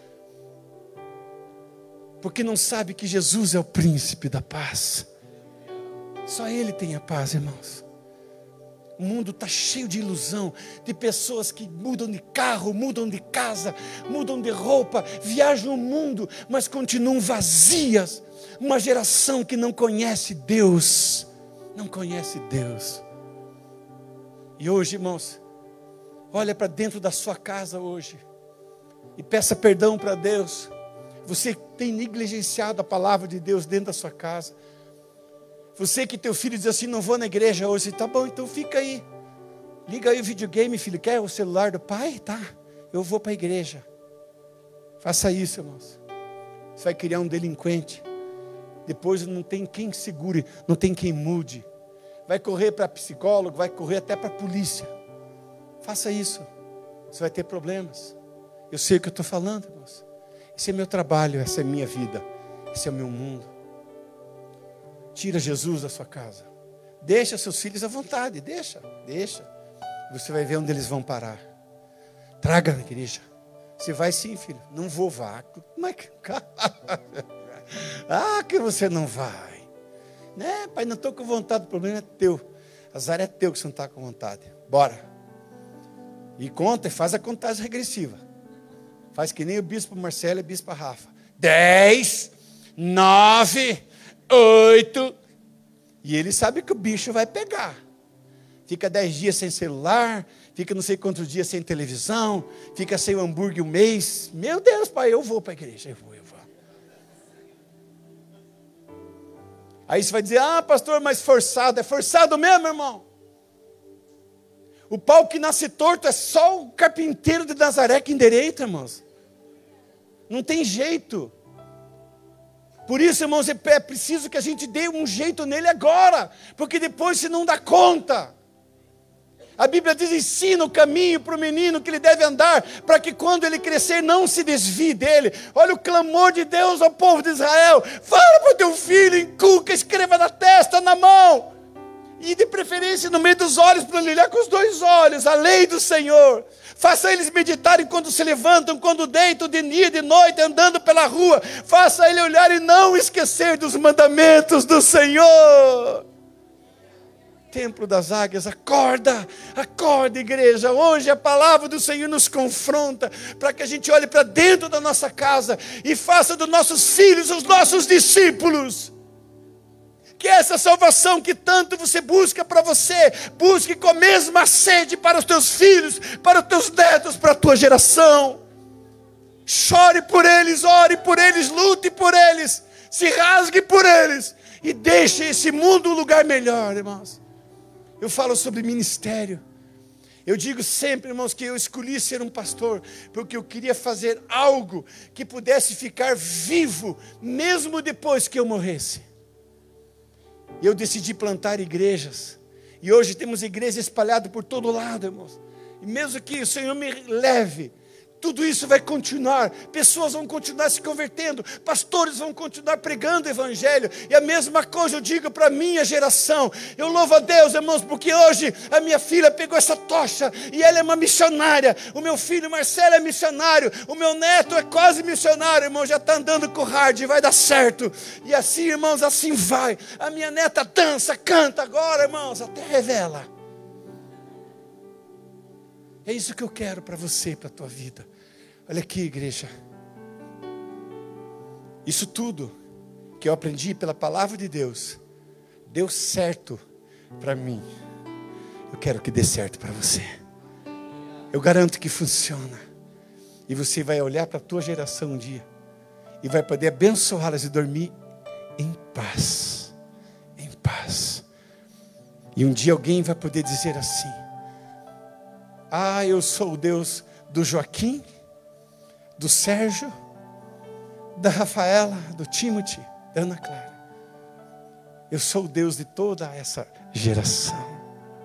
Porque não sabe que Jesus é o príncipe da paz. Só Ele tem a paz, irmãos. O mundo está cheio de ilusão, de pessoas que mudam de carro, mudam de casa, mudam de roupa, viajam o mundo, mas continuam vazias. Uma geração que não conhece Deus, não conhece Deus. E hoje, irmãos, olha para dentro da sua casa hoje e peça perdão para Deus. Você tem negligenciado a palavra de Deus dentro da sua casa. Você que teu filho diz assim, não vou na igreja hoje. Tá bom, então fica aí. Liga aí o videogame, filho. Quer o celular do pai? Tá, eu vou para a igreja. Faça isso, irmãos. Você vai criar um delinquente. Depois não tem quem segure, não tem quem mude. Vai correr para psicólogo, vai correr até para a polícia. Faça isso. Você vai ter problemas. Eu sei o que eu estou falando, irmãos. Esse é meu trabalho, essa é a minha vida, esse é o meu mundo. Tira Jesus da sua casa. Deixa seus filhos à vontade, deixa. Você vai ver onde eles vão parar. Traga na igreja. Você vai sim, filho. Não vou, vá. Mas que você não vai. Né, pai, não estou com vontade, o problema é teu. Azar é teu que você não está com vontade. Bora. E conta, faz a contagem regressiva. Faz que nem o bispo Marcelo e a bispa Rafa. 10, 9, 8. E ele sabe que o bicho vai pegar. Fica 10 dias sem celular. Fica não sei quantos dias sem televisão. Fica sem o hambúrguer um mês. Meu Deus, pai, eu vou para a igreja. Eu vou. Aí você vai dizer, pastor, mas forçado. É forçado mesmo, irmão. O pau que nasce torto é só o carpinteiro de Nazaré que endireita, irmãos. Não tem jeito. Por isso, irmãos, é preciso que a gente dê um jeito nele agora, porque depois você não dá conta. A Bíblia diz, ensina o caminho para o menino que ele deve andar, para que quando ele crescer não se desvie dele. Olha o clamor de Deus ao povo de Israel. Fala para o teu filho, inculca, escreva na testa, na mão. E de preferência no meio dos olhos, para ele olhar com os 2 olhos, a lei do Senhor. Faça eles meditarem quando se levantam, quando deitam, de dia e de noite, andando pela rua. Faça ele olhar e não esquecer dos mandamentos do Senhor. Templo das Águias, acorda, igreja. Hoje a palavra do Senhor nos confronta, para que a gente olhe para dentro da nossa casa e faça dos nossos filhos os nossos discípulos. Que essa salvação que tanto você busca para você, busque com a mesma sede para os teus filhos, para os teus netos, para a tua geração. Chore por eles, ore por eles, lute por eles, se rasgue por eles e deixe esse mundo um lugar melhor, irmãos. Eu falo sobre ministério. Eu digo sempre, irmãos, que eu escolhi ser um pastor porque eu queria fazer algo que pudesse ficar vivo, mesmo depois que eu morresse. E eu decidi plantar igrejas. E hoje temos igrejas espalhadas por todo lado, irmãos. E mesmo que o Senhor me leve, tudo isso vai continuar. Pessoas vão continuar se convertendo. Pastores vão continuar pregando o evangelho. E a mesma coisa eu digo para a minha geração. Eu louvo a Deus, irmãos, porque hoje a minha filha pegou essa tocha e ela é uma missionária. O meu filho Marcelo é missionário. O meu neto é quase missionário, irmão. Já está andando com o hard, vai dar certo. E assim, irmãos, assim vai. A minha neta dança, canta agora, irmãos, até revela. É isso que eu quero para você, para a tua vida. Olha aqui, igreja. Isso tudo que eu aprendi pela palavra de Deus, deu certo para mim, eu quero que dê certo para você. Eu garanto que funciona. E você vai olhar para a tua geração um dia e vai poder abençoá-las e dormir em paz. Em paz. E um dia alguém vai poder dizer assim: ah, eu sou o Deus do Joaquim, do Sérgio, da Rafaela, do Timothy, da Ana Clara. Eu sou o Deus de toda essa geração.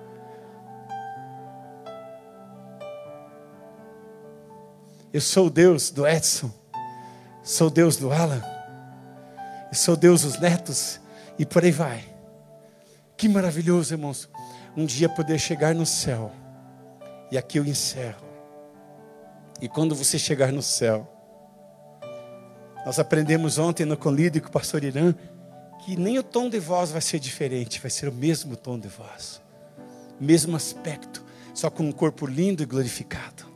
Eu sou o Deus do Edson, sou o Deus do Alan, eu sou o Deus dos netos, e por aí vai. Que maravilhoso, irmãos, um dia poder chegar no céu. E aqui eu encerro. E quando você chegar no céu, nós aprendemos ontem no Conlido com o pastor Irã, que nem o tom de voz vai ser diferente, vai ser o mesmo tom de voz, mesmo aspecto, só com um corpo lindo e glorificado.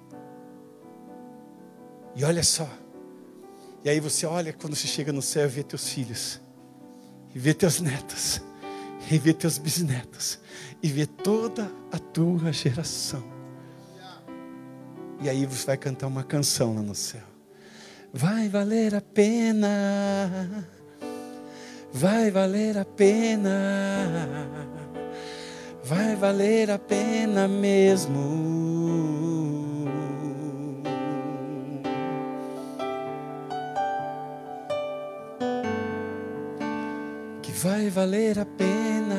E olha só, e aí você olha quando você chega no céu e vê teus filhos, e vê teus netos, e vê teus bisnetos, e vê toda a tua geração. E aí você vai cantar uma canção lá no céu. Vai valer a pena, vai valer a pena, vai valer a pena mesmo. Vai valer a pena,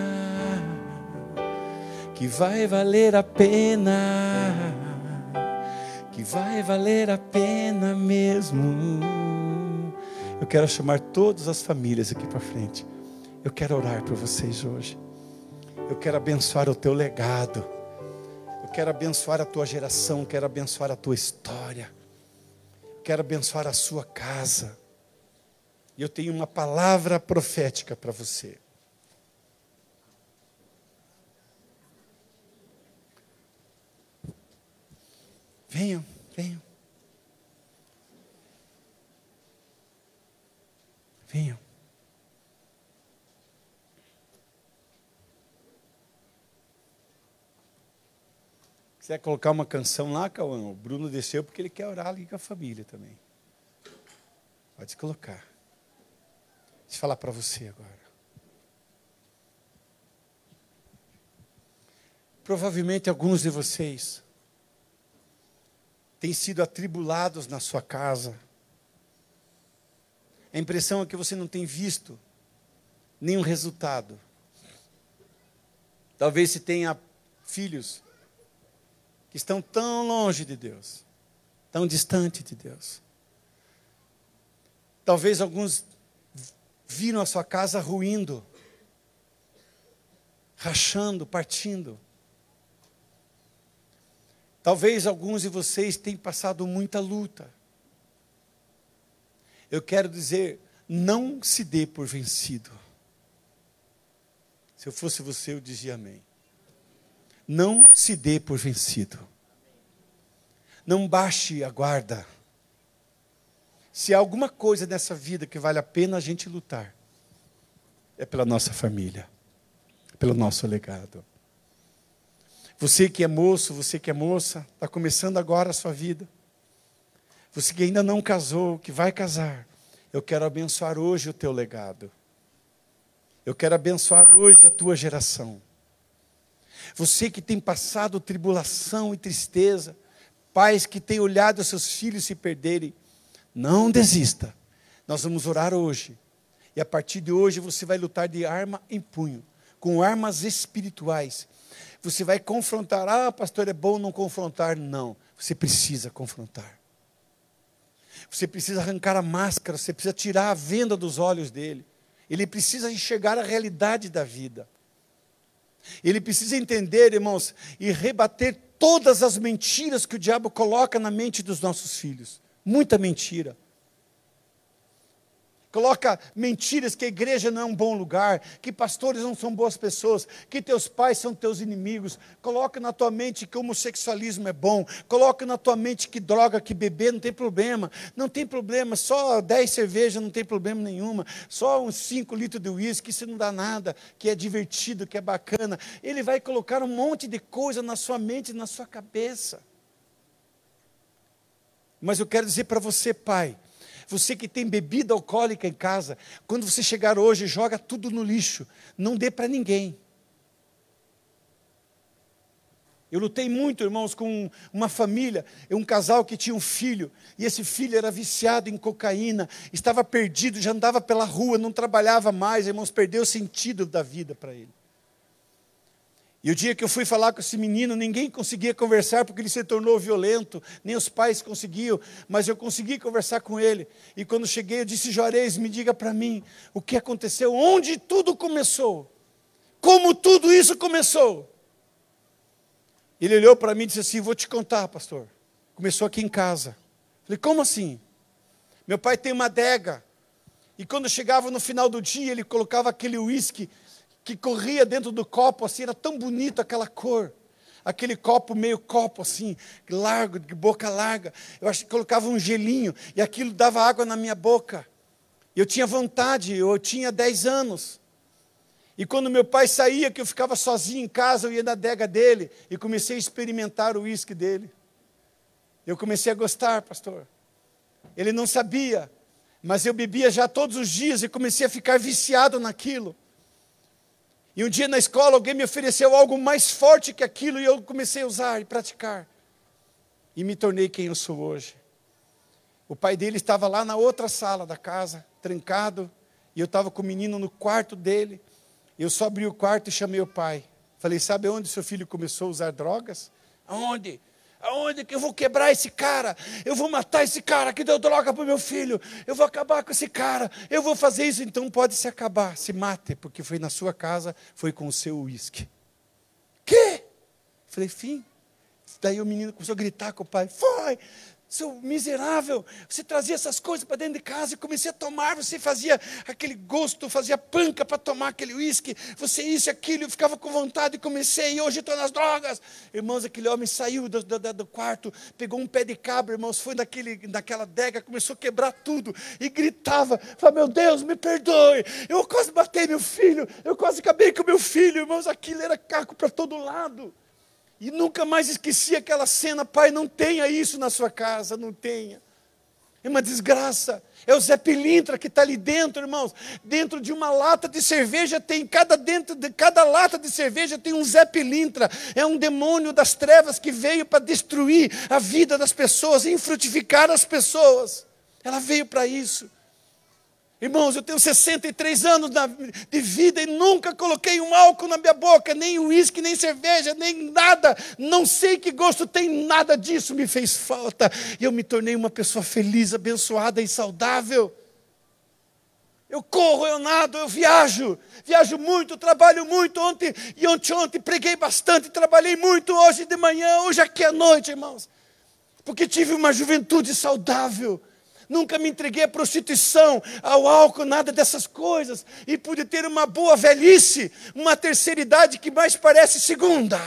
que vai valer a pena, que vai valer a pena mesmo. Eu quero chamar todas as famílias aqui para frente. Eu quero orar por vocês hoje. Eu quero abençoar o teu legado. Eu quero abençoar a tua geração, quero abençoar a tua história. Eu quero abençoar a sua casa. E eu tenho uma palavra profética para você. Venham, venham. Venham. Quiser colocar uma canção lá, Cauã, o Bruno desceu porque ele quer orar ali com a família também. Pode colocar. Deixa eu falar para você agora. Provavelmente alguns de vocês têm sido atribulados na sua casa. A impressão é que você não tem visto nenhum resultado. Talvez se tenha filhos que estão tão longe de Deus, tão distante de Deus. Talvez alguns viram a sua casa ruindo, rachando, partindo. Talvez alguns de vocês tenham passado muita luta. Eu quero dizer, não se dê por vencido. Se eu fosse você, eu dizia amém. Não se dê por vencido. Não baixe a guarda. Se há alguma coisa nessa vida que vale a pena a gente lutar, é pela nossa família, pelo nosso legado. Você que é moço, você que é moça, está começando agora a sua vida. Você que ainda não casou, que vai casar, eu quero abençoar hoje o teu legado. Eu quero abençoar hoje a tua geração. Você que tem passado tribulação e tristeza, pais que têm olhado seus filhos se perderem, não desista. Nós vamos orar hoje. E a partir de hoje você vai lutar de arma em punho, com armas espirituais. Você vai confrontar. Ah, pastor, é bom não confrontar. Não, você precisa confrontar. Você precisa arrancar a máscara, você precisa tirar a venda dos olhos dele. Ele precisa enxergar a realidade da vida. Ele precisa entender, irmãos, e rebater todas as mentiras que o diabo coloca na mente dos nossos filhos. Muita mentira. coloca mentiras que a igreja não é um bom lugar, que pastores não são boas pessoas, que teus pais são teus inimigos. Coloca na tua mente que o homossexualismo é bom, coloca na tua mente que droga, que beber não tem problema, só 10 cervejas não tem problema nenhuma, só uns 5 litros de uísque, isso não dá nada, que é divertido, que é bacana. Ele vai colocar um monte de coisa na sua mente, na sua cabeça. Mas eu quero dizer para você, pai, você que tem bebida alcoólica em casa, quando você chegar hoje, joga tudo no lixo, não dê para ninguém. Eu lutei muito, irmãos, com uma família, um casal que tinha um filho, e esse filho era viciado em cocaína, estava perdido, já andava pela rua, não trabalhava mais, irmãos, perdeu o sentido da vida para ele. E o dia que eu fui falar com esse menino, ninguém conseguia conversar, porque ele se tornou violento, nem os pais conseguiam, mas eu consegui conversar com ele. E quando cheguei, eu disse: Juarez, me diga para mim, o que aconteceu, onde tudo começou, como tudo isso começou. Ele olhou para mim e disse assim: vou te contar, pastor, começou aqui em casa. Falei: como assim? Meu pai tem uma adega, e quando chegava no final do dia, ele colocava aquele uísque que corria dentro do copo, assim, era tão bonito aquela cor, aquele copo, meio copo assim, largo, de boca larga, eu acho que colocava um gelinho, e aquilo dava água na minha boca, eu tinha vontade, eu tinha 10 anos, e quando meu pai saía, que eu ficava sozinho em casa, eu ia na adega dele, e comecei a experimentar o uísque dele, eu comecei a gostar, pastor, ele não sabia, mas eu bebia já todos os dias, e comecei a ficar viciado naquilo. E um dia na escola alguém me ofereceu algo mais forte que aquilo, e eu comecei a usar e praticar. E me tornei quem eu sou hoje. O pai dele estava lá na outra sala da casa, trancado, e eu estava com o menino no quarto dele. Eu só abri o quarto e chamei o pai. Falei: sabe onde seu filho começou a usar drogas? Aonde? Aonde que eu vou quebrar esse cara? Eu vou matar esse cara que deu droga para o meu filho. Eu vou acabar com esse cara. Eu vou fazer isso. Então pode se acabar. Se mate, porque foi na sua casa, foi com o seu uísque. Quê? Falei: fim. Daí o menino começou a gritar com o pai: foi! Seu miserável, você trazia essas coisas para dentro de casa e comecei a tomar, você fazia aquele gosto, fazia panca para tomar aquele uísque, você isso e aquilo, eu ficava com vontade e comecei, e hoje estou nas drogas. Irmãos, aquele homem saiu do quarto, pegou um pé de cabra, irmãos, foi naquela adega, começou a quebrar tudo, e gritava, falava: meu Deus, me perdoe, eu quase matei meu filho, eu quase acabei com meu filho, irmãos, aquilo era caco para todo lado. E nunca mais esqueci aquela cena. Pai, não tenha isso na sua casa, não tenha. É uma desgraça. É o Zé Pilintra que está ali dentro, irmãos. Dentro de uma lata de cerveja dentro de cada lata de cerveja tem um Zé Pilintra. É um demônio das trevas que veio para destruir a vida das pessoas, infrutificar as pessoas. Ela veio para isso. Irmãos, eu tenho 63 anos de vida e nunca coloquei um álcool na minha boca, nem uísque, nem cerveja, nem nada. Não sei que gosto tem, nada disso me fez falta. E eu me tornei uma pessoa feliz, abençoada e saudável. Eu corro, eu nado, eu viajo muito, trabalho muito. Ontem preguei bastante, trabalhei muito hoje de manhã, hoje aqui à noite, irmãos. Porque tive uma juventude saudável. Nunca me entreguei à prostituição, ao álcool, nada dessas coisas. E pude ter uma boa velhice, uma terceira idade que mais parece segunda.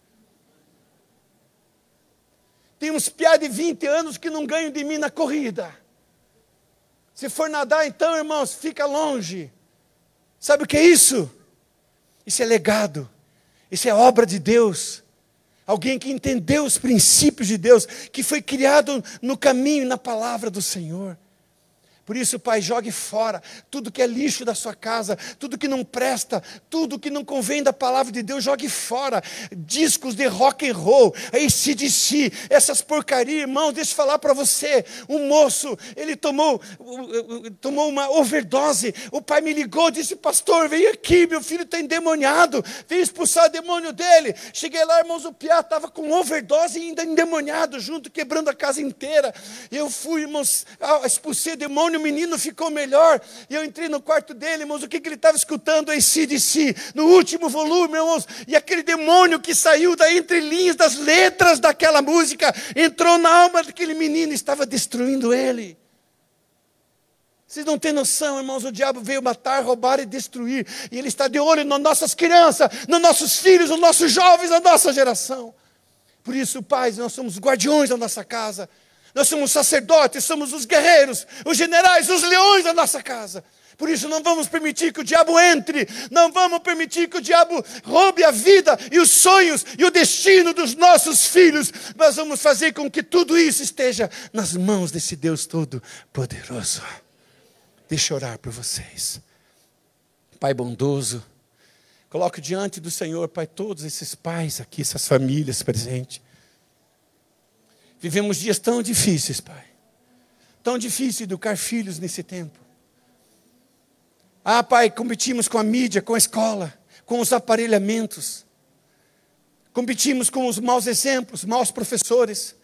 Tem uns piá de 20 anos que não ganham de mim na corrida. Se for nadar, então, irmãos, fica longe. Sabe o que é isso? Isso é legado. Isso é obra de Deus. Alguém que entendeu os princípios de Deus, que foi criado no caminho e na palavra do Senhor. Por isso, Pai, jogue fora tudo que é lixo da sua casa, tudo que não presta, tudo que não convém da palavra de Deus, jogue fora. Discos de rock and roll, AC/DC, essas porcarias, irmãos, deixa eu falar para você. Um moço, ele tomou uma overdose. O pai me ligou, disse: pastor, vem aqui, meu filho está endemoniado, vem expulsar o demônio dele. Cheguei lá, irmãos, o piá estava com overdose e ainda endemoniado junto, quebrando a casa inteira. Eu fui, irmãos, expulsei o demônio. O menino ficou melhor, e eu entrei no quarto dele, irmãos, o que ele estava escutando? AC/DC, no último volume, irmãos, e aquele demônio que saiu da entrelinhas das letras daquela música, entrou na alma daquele menino e estava destruindo ele. Vocês não têm noção, irmãos, o diabo veio matar, roubar e destruir. E ele está de olho nas nossas crianças, nos nossos filhos, nos nossos jovens, na nossa geração. Por isso, pais, nós somos guardiões da nossa casa. Nós somos sacerdotes, somos os guerreiros, os generais, os leões da nossa casa. Por isso não vamos permitir que o diabo entre. Não vamos permitir que o diabo roube a vida e os sonhos e o destino dos nossos filhos. Nós vamos fazer com que tudo isso esteja nas mãos desse Deus Todo-Poderoso. Deixa eu orar por vocês. Pai bondoso, coloco diante do Senhor, Pai, todos esses pais aqui, essas famílias presentes. Vivemos dias tão difíceis, Pai. Tão difícil educar filhos nesse tempo. Pai, competimos com a mídia, com a escola, com os aparelhamentos. Competimos com os maus exemplos, maus professores,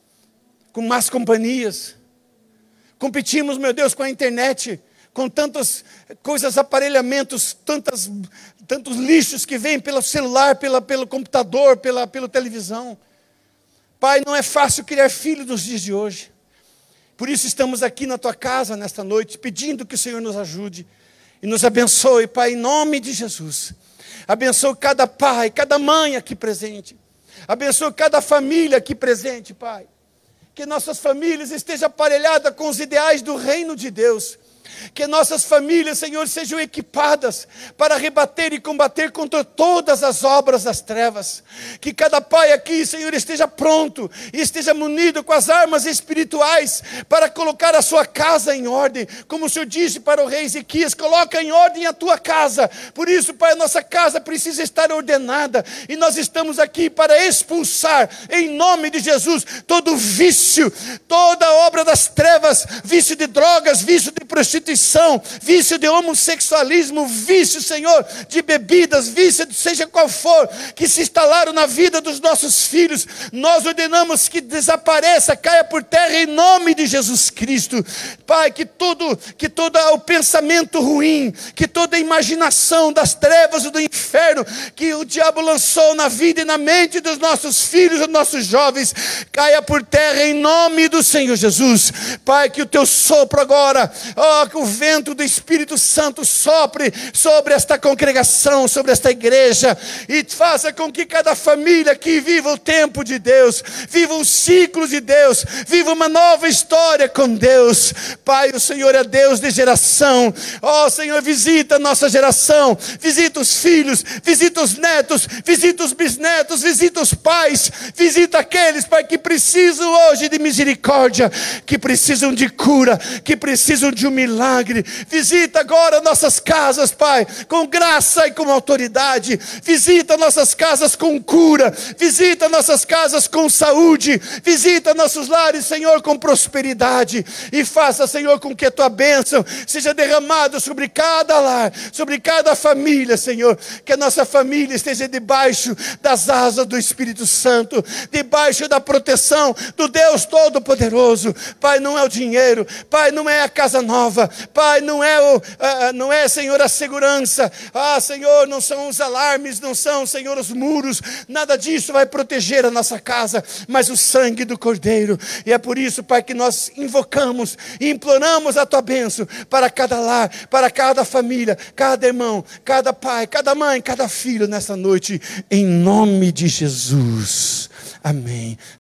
com más companhias. Competimos, meu Deus, com a internet, com tantas coisas, aparelhamentos, tantos lixos que vêm pelo celular, pelo computador, pela televisão. Pai, não é fácil criar filhos nos dias de hoje. Por isso estamos aqui na tua casa nesta noite, pedindo que o Senhor nos ajude e nos abençoe, Pai, em nome de Jesus. Abençoe cada pai, cada mãe aqui presente. Abençoe cada família aqui presente, Pai. Que nossas famílias estejam aparelhadas com os ideais do reino de Deus. Que nossas famílias, Senhor, sejam equipadas para rebater e combater contra todas as obras das trevas. Que cada pai aqui, Senhor, esteja pronto e esteja munido com as armas espirituais para colocar a sua casa em ordem. Como o Senhor disse para o rei Ezequias, coloca em ordem a tua casa. Por isso, Pai, a nossa casa precisa estar ordenada. E nós estamos aqui para expulsar, em nome de Jesus, todo vício, toda obra das trevas, vício de drogas, vício de prostituição, vício de homossexualismo, vício, Senhor, de bebidas, vício, seja qual for, que se instalaram na vida dos nossos filhos. Nós ordenamos que desapareça, caia por terra em nome de Jesus Cristo. Pai, que todo o pensamento ruim, que toda a imaginação das trevas do inferno, que o diabo lançou na vida e na mente dos nossos filhos, dos nossos jovens, caia por terra em nome do Senhor Jesus. Pai, que o teu sopro agora, que o vento do Espírito Santo sopre sobre esta congregação, sobre esta igreja, e faça com que cada família aqui viva o tempo de Deus, viva um ciclo de Deus, viva uma nova história com Deus. Pai, o Senhor é Deus de geração. Senhor, visita a nossa geração, visita os filhos, visita os netos, visita os bisnetos, visita os pais, visita aqueles, Pai, que precisam hoje de misericórdia, que precisam de cura, que precisam de um milagre. Visita agora nossas casas, Pai, com graça e com autoridade. Visita nossas casas com cura. Visita nossas casas com saúde. Visita nossos lares, Senhor, com prosperidade. E faça, Senhor, com que a tua bênção seja derramada sobre cada lar, sobre cada família, Senhor. Que a nossa família esteja debaixo das asas do Espírito Santo, debaixo da proteção do Deus Todo-Poderoso. Pai, não é o dinheiro, Pai, não é a casa nova, Pai, não é, Senhor, a segurança. Senhor, não são os alarmes, não são, Senhor, os muros. Nada disso vai proteger a nossa casa, mas o sangue do Cordeiro. E é por isso, Pai, que nós invocamos e imploramos a tua bênção para cada lar, para cada família, cada irmão, cada pai, cada mãe, cada filho nessa noite, em nome de Jesus. Amém.